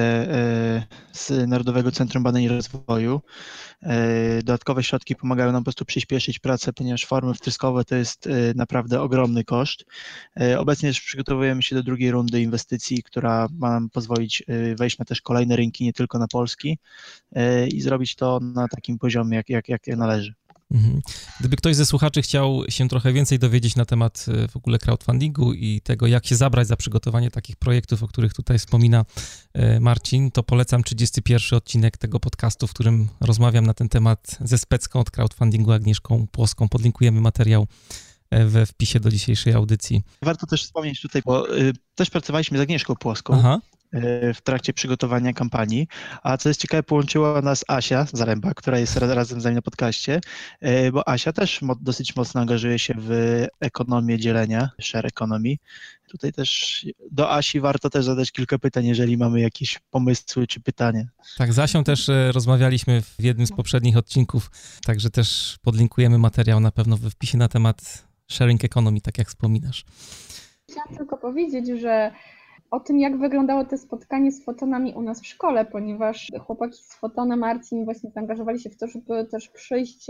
z Narodowego Centrum Badań i Rozwoju. Dodatkowe środki pomagają nam po prostu przyspieszyć pracę, ponieważ formy wtryskowe to jest naprawdę ogromny koszt. Obecnie też przygotowujemy się do drugiej rundy inwestycji, która ma nam pozwolić wejść na też kolejne rynki, nie tylko na polski, i zrobić to na takim poziomie, jak należy. Gdyby ktoś ze słuchaczy chciał się trochę więcej dowiedzieć na temat w ogóle crowdfundingu i tego, jak się zabrać za przygotowanie takich projektów, o których tutaj wspomina Marcin, to polecam 31 odcinek tego podcastu, w którym rozmawiam na ten temat ze specką od crowdfundingu Agnieszką Płoską. Podlinkujemy materiał we wpisie do dzisiejszej audycji. Warto też wspomnieć tutaj, bo też pracowaliśmy z Agnieszką Płoską. Aha. W trakcie przygotowania kampanii, a co jest ciekawe, połączyła nas Asia Zaręba, która jest razem z nami na podcaście, bo Asia też dosyć mocno angażuje się w ekonomię dzielenia, share economy. Tutaj też do Asi warto też zadać kilka pytań, jeżeli mamy jakieś pomysły czy pytania. Tak, z Asią też rozmawialiśmy w jednym z poprzednich odcinków, także też podlinkujemy materiał na pewno we wpisie na temat sharing economy, tak jak wspominasz. Chciałam tylko powiedzieć, że o tym, jak wyglądało to spotkanie z Fotonami u nas w szkole, ponieważ chłopaki z Fotona, Marcin, właśnie zaangażowali się w to, żeby też przyjść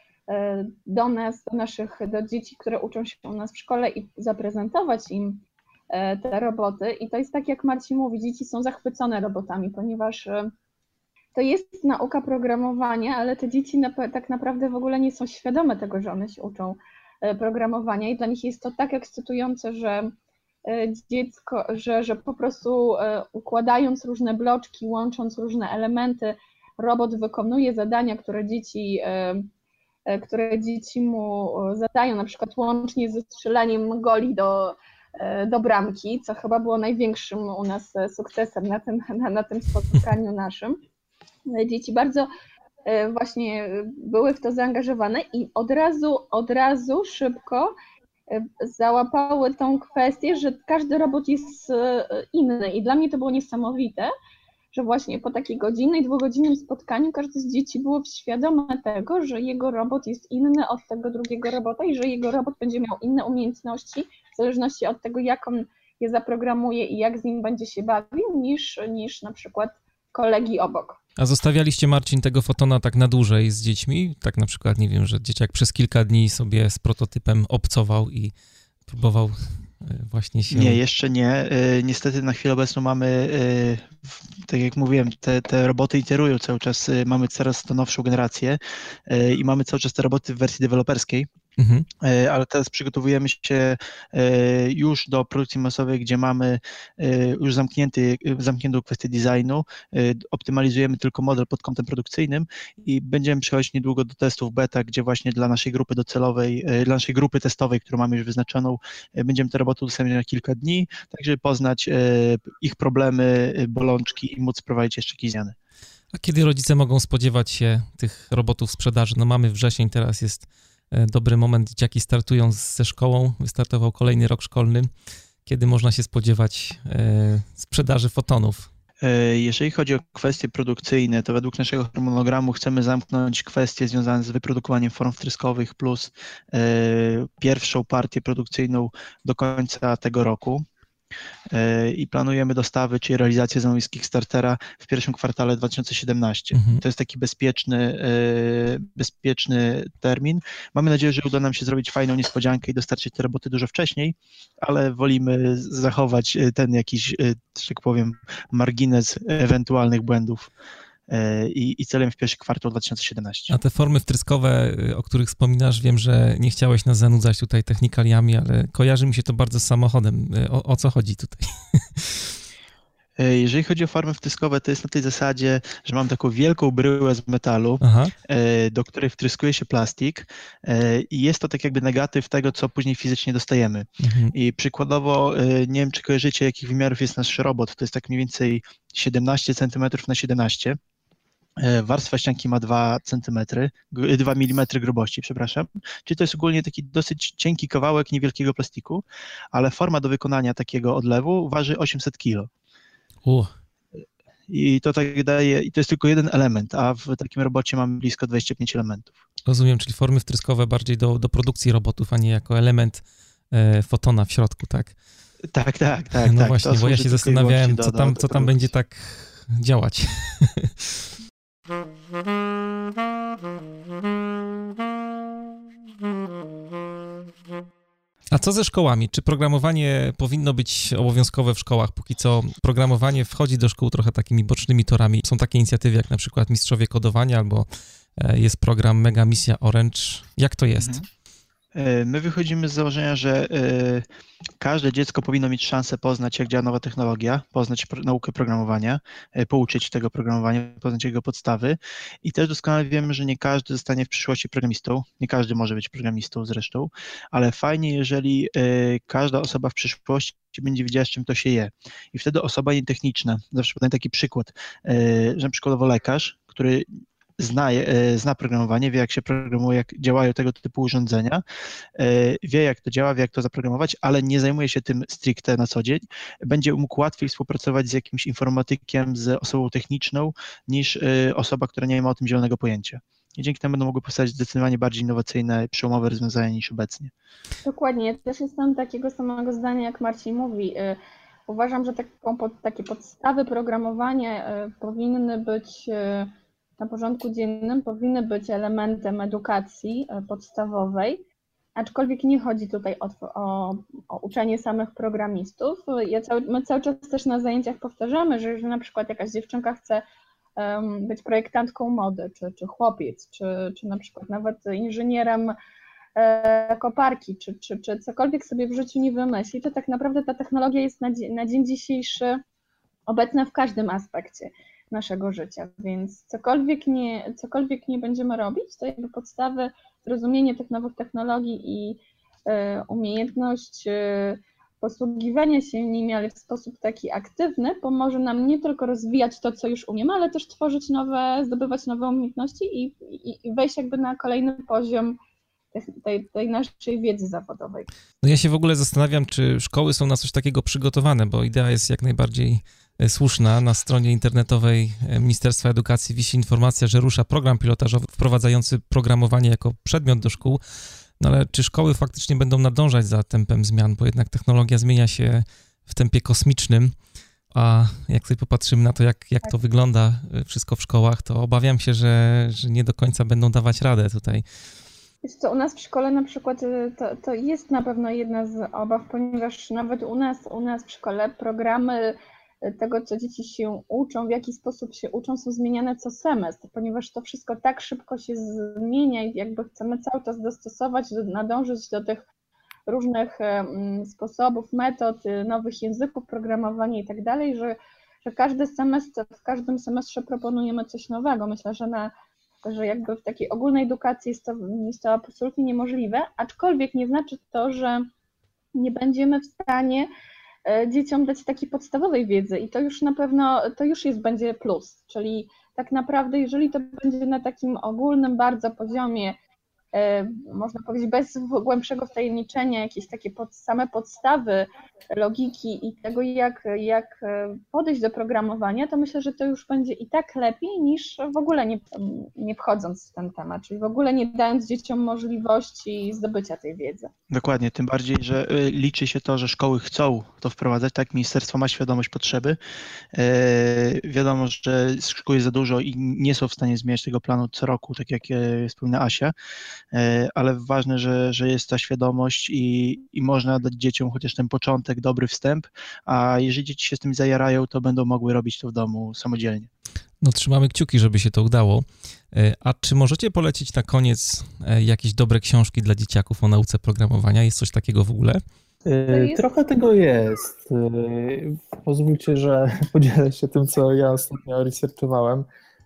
do nas, do dzieci, które uczą się u nas w szkole, i zaprezentować im te roboty. I to jest tak, jak Marcin mówi, dzieci są zachwycone robotami, ponieważ to jest nauka programowania, ale te dzieci tak naprawdę w ogóle nie są świadome tego, że one się uczą programowania i dla nich jest to tak ekscytujące, że dziecko, że po prostu układając różne bloczki, łącząc różne elementy, robot wykonuje zadania, które dzieci mu zadają, na przykład łącznie ze strzelaniem goli do bramki, co chyba było największym u nas sukcesem na tym spotkaniu naszym. Dzieci bardzo właśnie były w to zaangażowane i od razu szybko załapały tą kwestię, że każdy robot jest inny i dla mnie to było niesamowite, że właśnie po takiej godzinnej, 2-godzinnym spotkaniu każdy z dzieci było świadome tego, że jego robot jest inny od tego drugiego robota i że jego robot będzie miał inne umiejętności w zależności od tego, jak on je zaprogramuje i jak z nim będzie się bawił, niż na przykład kolegi obok. A zostawialiście, Marcin, tego fotona tak na dłużej z dziećmi? Tak na przykład, nie wiem, że dzieciak przez kilka dni sobie z prototypem obcował i próbował właśnie się... Nie, jeszcze nie. Niestety na chwilę obecną mamy, tak jak mówiłem, te roboty iterują cały czas, mamy coraz to nowszą generację i mamy cały czas te roboty w wersji deweloperskiej. Ale teraz przygotowujemy się już do produkcji masowej, gdzie mamy już zamkniętą kwestię designu, optymalizujemy tylko model pod kątem produkcyjnym i będziemy przechodzić niedługo do testów beta, gdzie właśnie dla naszej grupy docelowej, dla naszej grupy testowej, którą mamy już wyznaczoną, będziemy te roboty udostępniać na kilka dni, tak żeby poznać ich problemy, bolączki i móc prowadzić jeszcze jakieś zmiany. A kiedy rodzice mogą spodziewać się tych robotów w sprzedaży? No mamy wrzesień, teraz jest dobry moment, dzieciaki startują ze szkołą, wystartował kolejny rok szkolny. Kiedy można się spodziewać sprzedaży fotonów? Jeżeli chodzi o kwestie produkcyjne, to według naszego harmonogramu chcemy zamknąć kwestie związane z wyprodukowaniem form wtryskowych plus pierwszą partię produkcyjną do końca tego roku. I planujemy dostawy, czyli realizację zamówień z Kickstartera w pierwszym kwartale 2017. To jest taki bezpieczny termin. Mamy nadzieję, że uda nam się zrobić fajną niespodziankę i dostarczyć te roboty dużo wcześniej, ale wolimy zachować ten jakiś, że tak powiem, margines ewentualnych błędów. I celem w pierwszy kwartał 2017. A te formy wtryskowe, o których wspominasz, wiem, że nie chciałeś nas zanudzać tutaj technikaliami, ale kojarzy mi się to bardzo z samochodem. O co chodzi tutaj? Jeżeli chodzi o formy wtryskowe, to jest na tej zasadzie, że mam taką wielką bryłę z metalu, do której wtryskuje się plastik i jest to tak jakby negatyw tego, co później fizycznie dostajemy. I przykładowo, nie wiem, czy kojarzycie, jakich wymiarów jest nasz robot, to jest tak mniej więcej 17 cm na 17 warstwa ścianki ma 2 mm grubości, przepraszam. Czyli to jest ogólnie taki dosyć cienki kawałek niewielkiego plastiku, ale forma do wykonania takiego odlewu waży 800 kg. I to tak daje, i to jest tylko jeden element, a w takim robocie mamy blisko 25 elementów. Rozumiem, czyli formy wtryskowe bardziej do produkcji robotów, a nie jako element fotona w środku, tak? Tak. No właśnie, bo ja się zastanawiałem, co tam będzie tak działać. A co ze szkołami? Czy programowanie powinno być obowiązkowe w szkołach? Póki co programowanie wchodzi do szkół trochę takimi bocznymi torami. Są takie inicjatywy jak na przykład Mistrzowie Kodowania albo jest program Mega Misja Orange. Jak to jest? My wychodzimy z założenia, że każde dziecko powinno mieć szansę poznać, jak działa nowa technologia, poznać naukę programowania, pouczyć tego programowania, poznać jego podstawy i też doskonale wiemy, że nie każdy zostanie w przyszłości programistą, nie każdy może być programistą zresztą, ale fajnie, jeżeli każda osoba w przyszłości będzie wiedziała, z czym to się je. I wtedy osoba nietechniczna, zawsze podaję taki przykład, że przykładowo lekarz, który zna programowanie, wie jak się programuje, jak działają tego typu urządzenia, wie jak to działa, wie jak to zaprogramować, ale nie zajmuje się tym stricte na co dzień, będzie mógł łatwiej współpracować z jakimś informatykiem, z osobą techniczną, niż osoba, która nie ma o tym zielonego pojęcia. I dzięki temu będą mogły powstać zdecydowanie bardziej innowacyjne, przełomowe rozwiązania niż obecnie. Dokładnie, ja też jestem takiego samego zdania, jak Marcin mówi. Uważam, że takie podstawy programowania powinny być na porządku dziennym, powinny być elementem edukacji podstawowej, aczkolwiek nie chodzi tutaj o uczenie samych programistów. My cały czas też na zajęciach powtarzamy, że jeżeli na przykład jakaś dziewczynka chce być projektantką mody, czy chłopiec, czy na przykład nawet inżynierem koparki, czy cokolwiek sobie w życiu nie wymyśli, to tak naprawdę ta technologia jest na dzień dzisiejszy obecna w każdym aspekcie naszego życia, więc cokolwiek nie będziemy robić, to jakby podstawy, zrozumienie tych nowych technologii i umiejętność posługiwania się nimi, ale w sposób taki aktywny, pomoże nam nie tylko rozwijać to, co już umiemy, ale też tworzyć zdobywać nowe umiejętności i wejść jakby na kolejny poziom tej naszej wiedzy zawodowej. No ja się w ogóle zastanawiam, czy szkoły są na coś takiego przygotowane, bo idea jest jak najbardziej słuszna. Na stronie internetowej Ministerstwa Edukacji wisi informacja, że rusza program pilotażowy wprowadzający programowanie jako przedmiot do szkół, no ale czy szkoły faktycznie będą nadążać za tempem zmian, bo jednak technologia zmienia się w tempie kosmicznym, a jak sobie popatrzymy na to, jak to wygląda wszystko w szkołach, to obawiam się, że nie do końca będą dawać radę tutaj. Wiesz co, u nas w szkole na przykład to jest na pewno jedna z obaw, ponieważ nawet u nas w szkole programy tego, co dzieci się uczą, w jaki sposób się uczą, są zmieniane co semestr, ponieważ to wszystko tak szybko się zmienia i jakby chcemy cały czas dostosować, nadążyć do tych różnych sposobów, metod, nowych języków programowania i tak dalej, że w każdym semestrze proponujemy coś nowego. Myślę, że jakby w takiej ogólnej edukacji jest to absolutnie niemożliwe, aczkolwiek nie znaczy to, że nie będziemy w stanie dzieciom dać takiej podstawowej wiedzy i to już na pewno, będzie plus, czyli tak naprawdę jeżeli to będzie na takim ogólnym bardzo poziomie, można powiedzieć bez głębszego wtajemniczenia, jakieś takie same podstawy logiki i tego, jak podejść do programowania, to myślę, że to już będzie i tak lepiej niż w ogóle nie wchodząc w ten temat, czyli w ogóle nie dając dzieciom możliwości zdobycia tej wiedzy. Dokładnie, tym bardziej, że liczy się to, że szkoły chcą to wprowadzać, tak, ministerstwo ma świadomość potrzeby. Wiadomo, że szkół jest za dużo i nie są w stanie zmieniać tego planu co roku, tak jak wspomina Asia, ale ważne, że jest ta świadomość i można dać dzieciom chociaż ten początek, dobry wstęp, a jeżeli dzieci się z tym zajarają, to będą mogły robić to w domu samodzielnie. No trzymamy kciuki, żeby się to udało. A czy możecie polecić na koniec jakieś dobre książki dla dzieciaków o nauce programowania? Jest coś takiego w ogóle? Trochę tego jest. Pozwólcie, że podzielę się tym, co ja ostatnio researchowałem.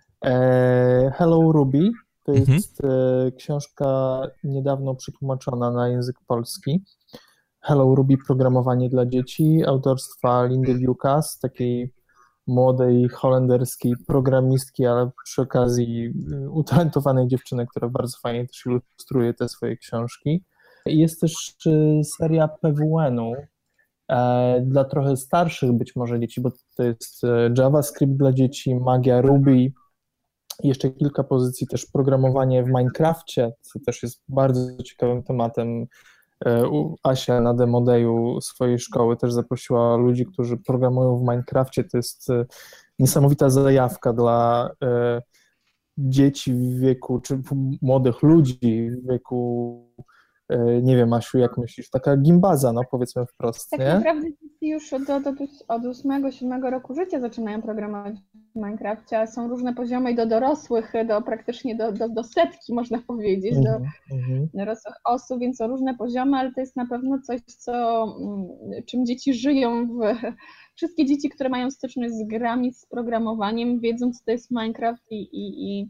Hello Ruby to jest książka niedawno przetłumaczona na język polski. Hello Ruby, programowanie dla dzieci, autorstwa Lindy Lucas, takiej młodej holenderskiej programistki, ale przy okazji utalentowanej dziewczyny, która bardzo fajnie też ilustruje te swoje książki. Jest też seria PWN-u dla trochę starszych być może dzieci, bo to jest JavaScript dla dzieci, magia Ruby, jeszcze kilka pozycji też programowanie w Minecrafcie, co też jest bardzo ciekawym tematem. Asia na Demo Dayu swojej szkoły też zaprosiła ludzi, którzy programują w Minecrafcie. To jest niesamowita zajawka dla dzieci w wieku, czy młodych ludzi w wieku, nie wiem, Asiu, jak myślisz, taka gimbaza, no powiedzmy wprost, tak nie? Tak naprawdę dzieci już od 8-7 roku życia zaczynają programować w Minecrafcie, a są różne poziomy i do dorosłych, praktycznie do setki, można powiedzieć, do dorosłych osób, więc są różne poziomy, ale to jest na pewno coś, czym dzieci żyją. Wszystkie dzieci, które mają styczność z grami, z programowaniem, wiedzą, co to jest Minecraft i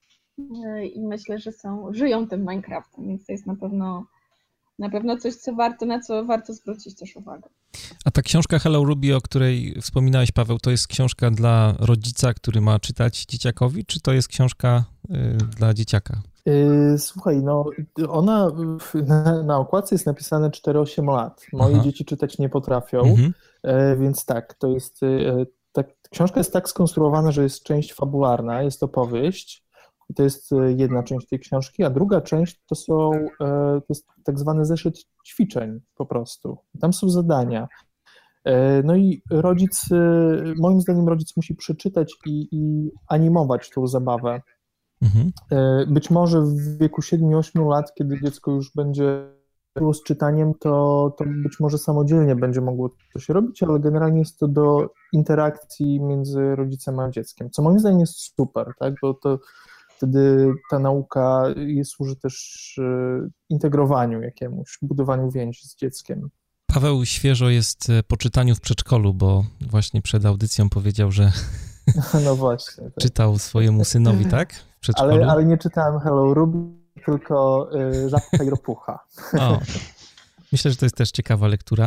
myślę, że żyją tym Minecraftem, więc to jest na pewno coś, na co warto zwrócić też uwagę. A ta książka Hello Ruby, o której wspominałeś, Paweł, to jest książka dla rodzica, który ma czytać dzieciakowi, czy to jest książka dla dzieciaka? Słuchaj, no ona na okładce jest napisane 4-8 lat. Moje dzieci czytać nie potrafią, więc tak, to jest, książka jest tak skonstruowana, że jest część fabularna, jest opowieść. To jest jedna część tej książki, a druga część to jest tak zwany zeszyt ćwiczeń po prostu. Tam są zadania. No i moim zdaniem rodzic musi przeczytać i animować tą zabawę. Być może w wieku 7-8 lat, kiedy dziecko już będzie z czytaniem, to być może samodzielnie będzie mogło coś robić, ale generalnie jest to do interakcji między rodzicem a dzieckiem, co moim zdaniem jest super, tak? Bo to wtedy ta nauka służy też integrowaniu jakiemuś, budowaniu więzi z dzieckiem. Paweł świeżo jest po czytaniu w przedszkolu, bo właśnie przed audycją powiedział, że no właśnie, tak. Czytał swojemu synowi, tak? W przedszkolu. Ale nie czytałem Hello Ruby, tylko Żabka i Ropucha. O, myślę, że to jest też ciekawa lektura.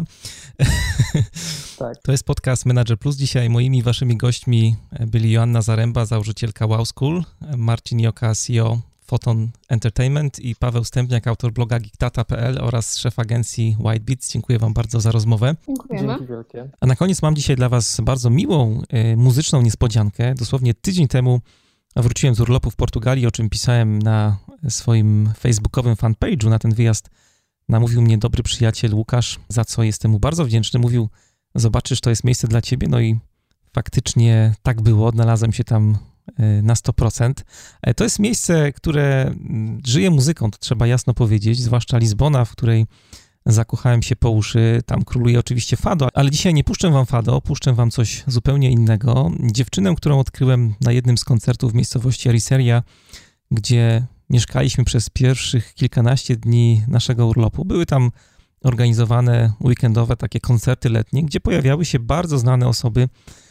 Tak. To jest podcast Manager Plus. Dzisiaj moimi waszymi gośćmi byli Joanna Zaręba, założycielka Wow School, Marcin Joka, CEO Photon Entertainment i Paweł Stępniak, autor bloga geekdata.pl oraz szef agencji Whitebeats. Dziękuję wam bardzo za rozmowę. Dziękujemy. Dzięki wielkie. A na koniec mam dzisiaj dla was bardzo miłą muzyczną niespodziankę. Dosłownie tydzień temu wróciłem z urlopu w Portugalii, o czym pisałem na swoim facebookowym fanpage'u. Na ten wyjazd namówił mnie dobry przyjaciel Łukasz, za co jestem mu bardzo wdzięczny. Mówił, zobaczysz, to jest miejsce dla ciebie. No i faktycznie tak było. Odnalazłem się tam na 100%. To jest miejsce, które żyje muzyką, to trzeba jasno powiedzieć, zwłaszcza Lizbona, w której zakochałem się po uszy. Tam króluje oczywiście fado, ale dzisiaj nie puszczę wam fado, puszczę wam coś zupełnie innego. Dziewczynę, którą odkryłem na jednym z koncertów w miejscowości Ericeira, gdzie mieszkaliśmy przez pierwszych kilkanaście dni naszego urlopu. Były tam organizowane weekendowe takie koncerty letnie, gdzie pojawiały się bardzo znane osoby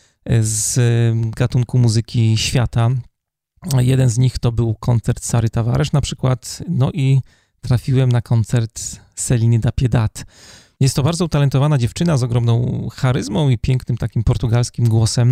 z gatunku muzyki świata. Jeden z nich to był koncert Sary Tavares na przykład, no i trafiłem na koncert Celiny da Piedad. Jest to bardzo utalentowana dziewczyna z ogromną charyzmą i pięknym takim portugalskim głosem.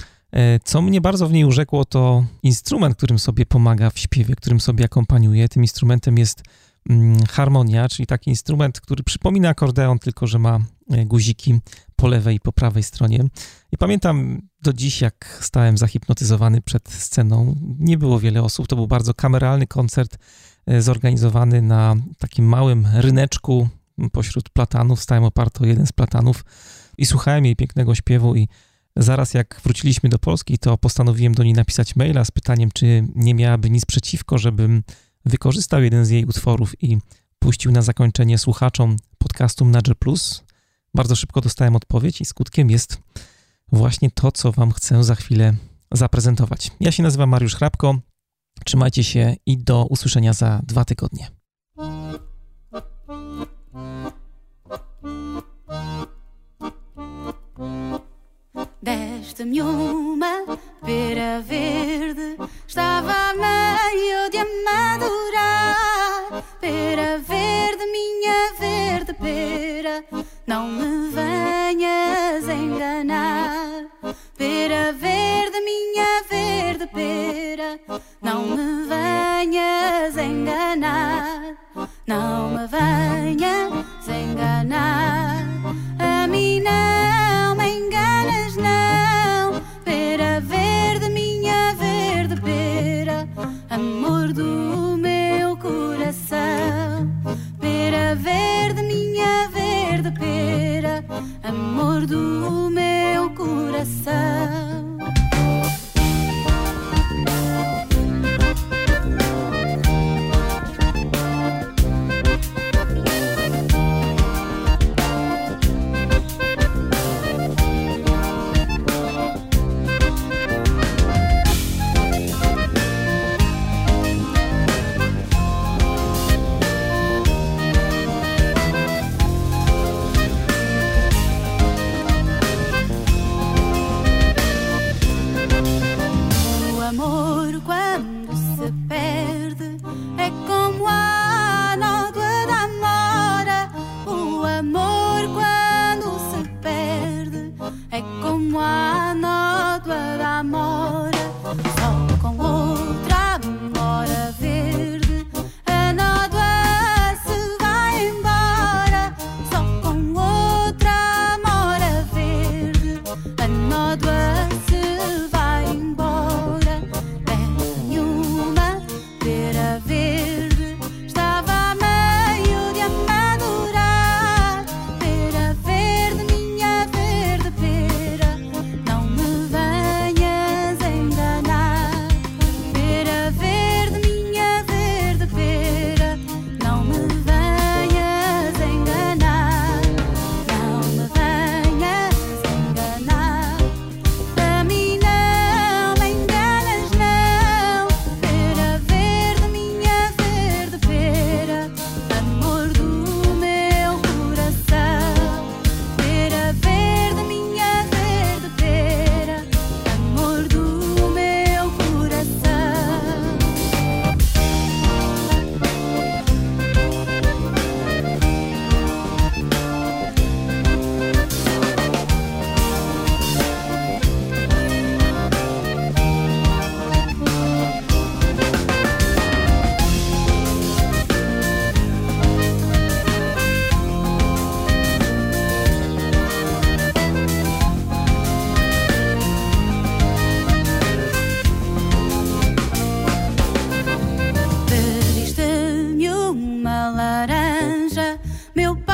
Co mnie bardzo w niej urzekło, to instrument, którym sobie pomaga w śpiewie, którym sobie akompaniuje. Tym instrumentem jest harmonia, czyli taki instrument, który przypomina akordeon, tylko że ma guziki po lewej i po prawej stronie. I pamiętam do dziś, jak stałem zahipnotyzowany przed sceną. Nie było wiele osób, to był bardzo kameralny koncert zorganizowany na takim małym ryneczku pośród platanów. Stałem oparty o jeden z platanów i słuchałem jej pięknego śpiewu i zaraz jak wróciliśmy do Polski, to postanowiłem do niej napisać maila z pytaniem, czy nie miałaby nic przeciwko, żebym wykorzystał jeden z jej utworów i puścił na zakończenie słuchaczom podcastu Manager Plus. Bardzo szybko dostałem odpowiedź i skutkiem jest właśnie to, co wam chcę za chwilę zaprezentować. Ja się nazywam Mariusz Hrabko. Trzymajcie się i do usłyszenia za 2 tygodnie. Deste-me uma pera verde, estava meio de amadurar. Pera verde, minha verde pera, não me venhas enganar. Pera verde, minha verde pera, não me venhas enganar. Não me venhas enganar. A mim não me enganas, não. Pera verde, minha verde pera, amor do meu coração. Pera verde, minha verde pera, amor do meu coração. meu pai.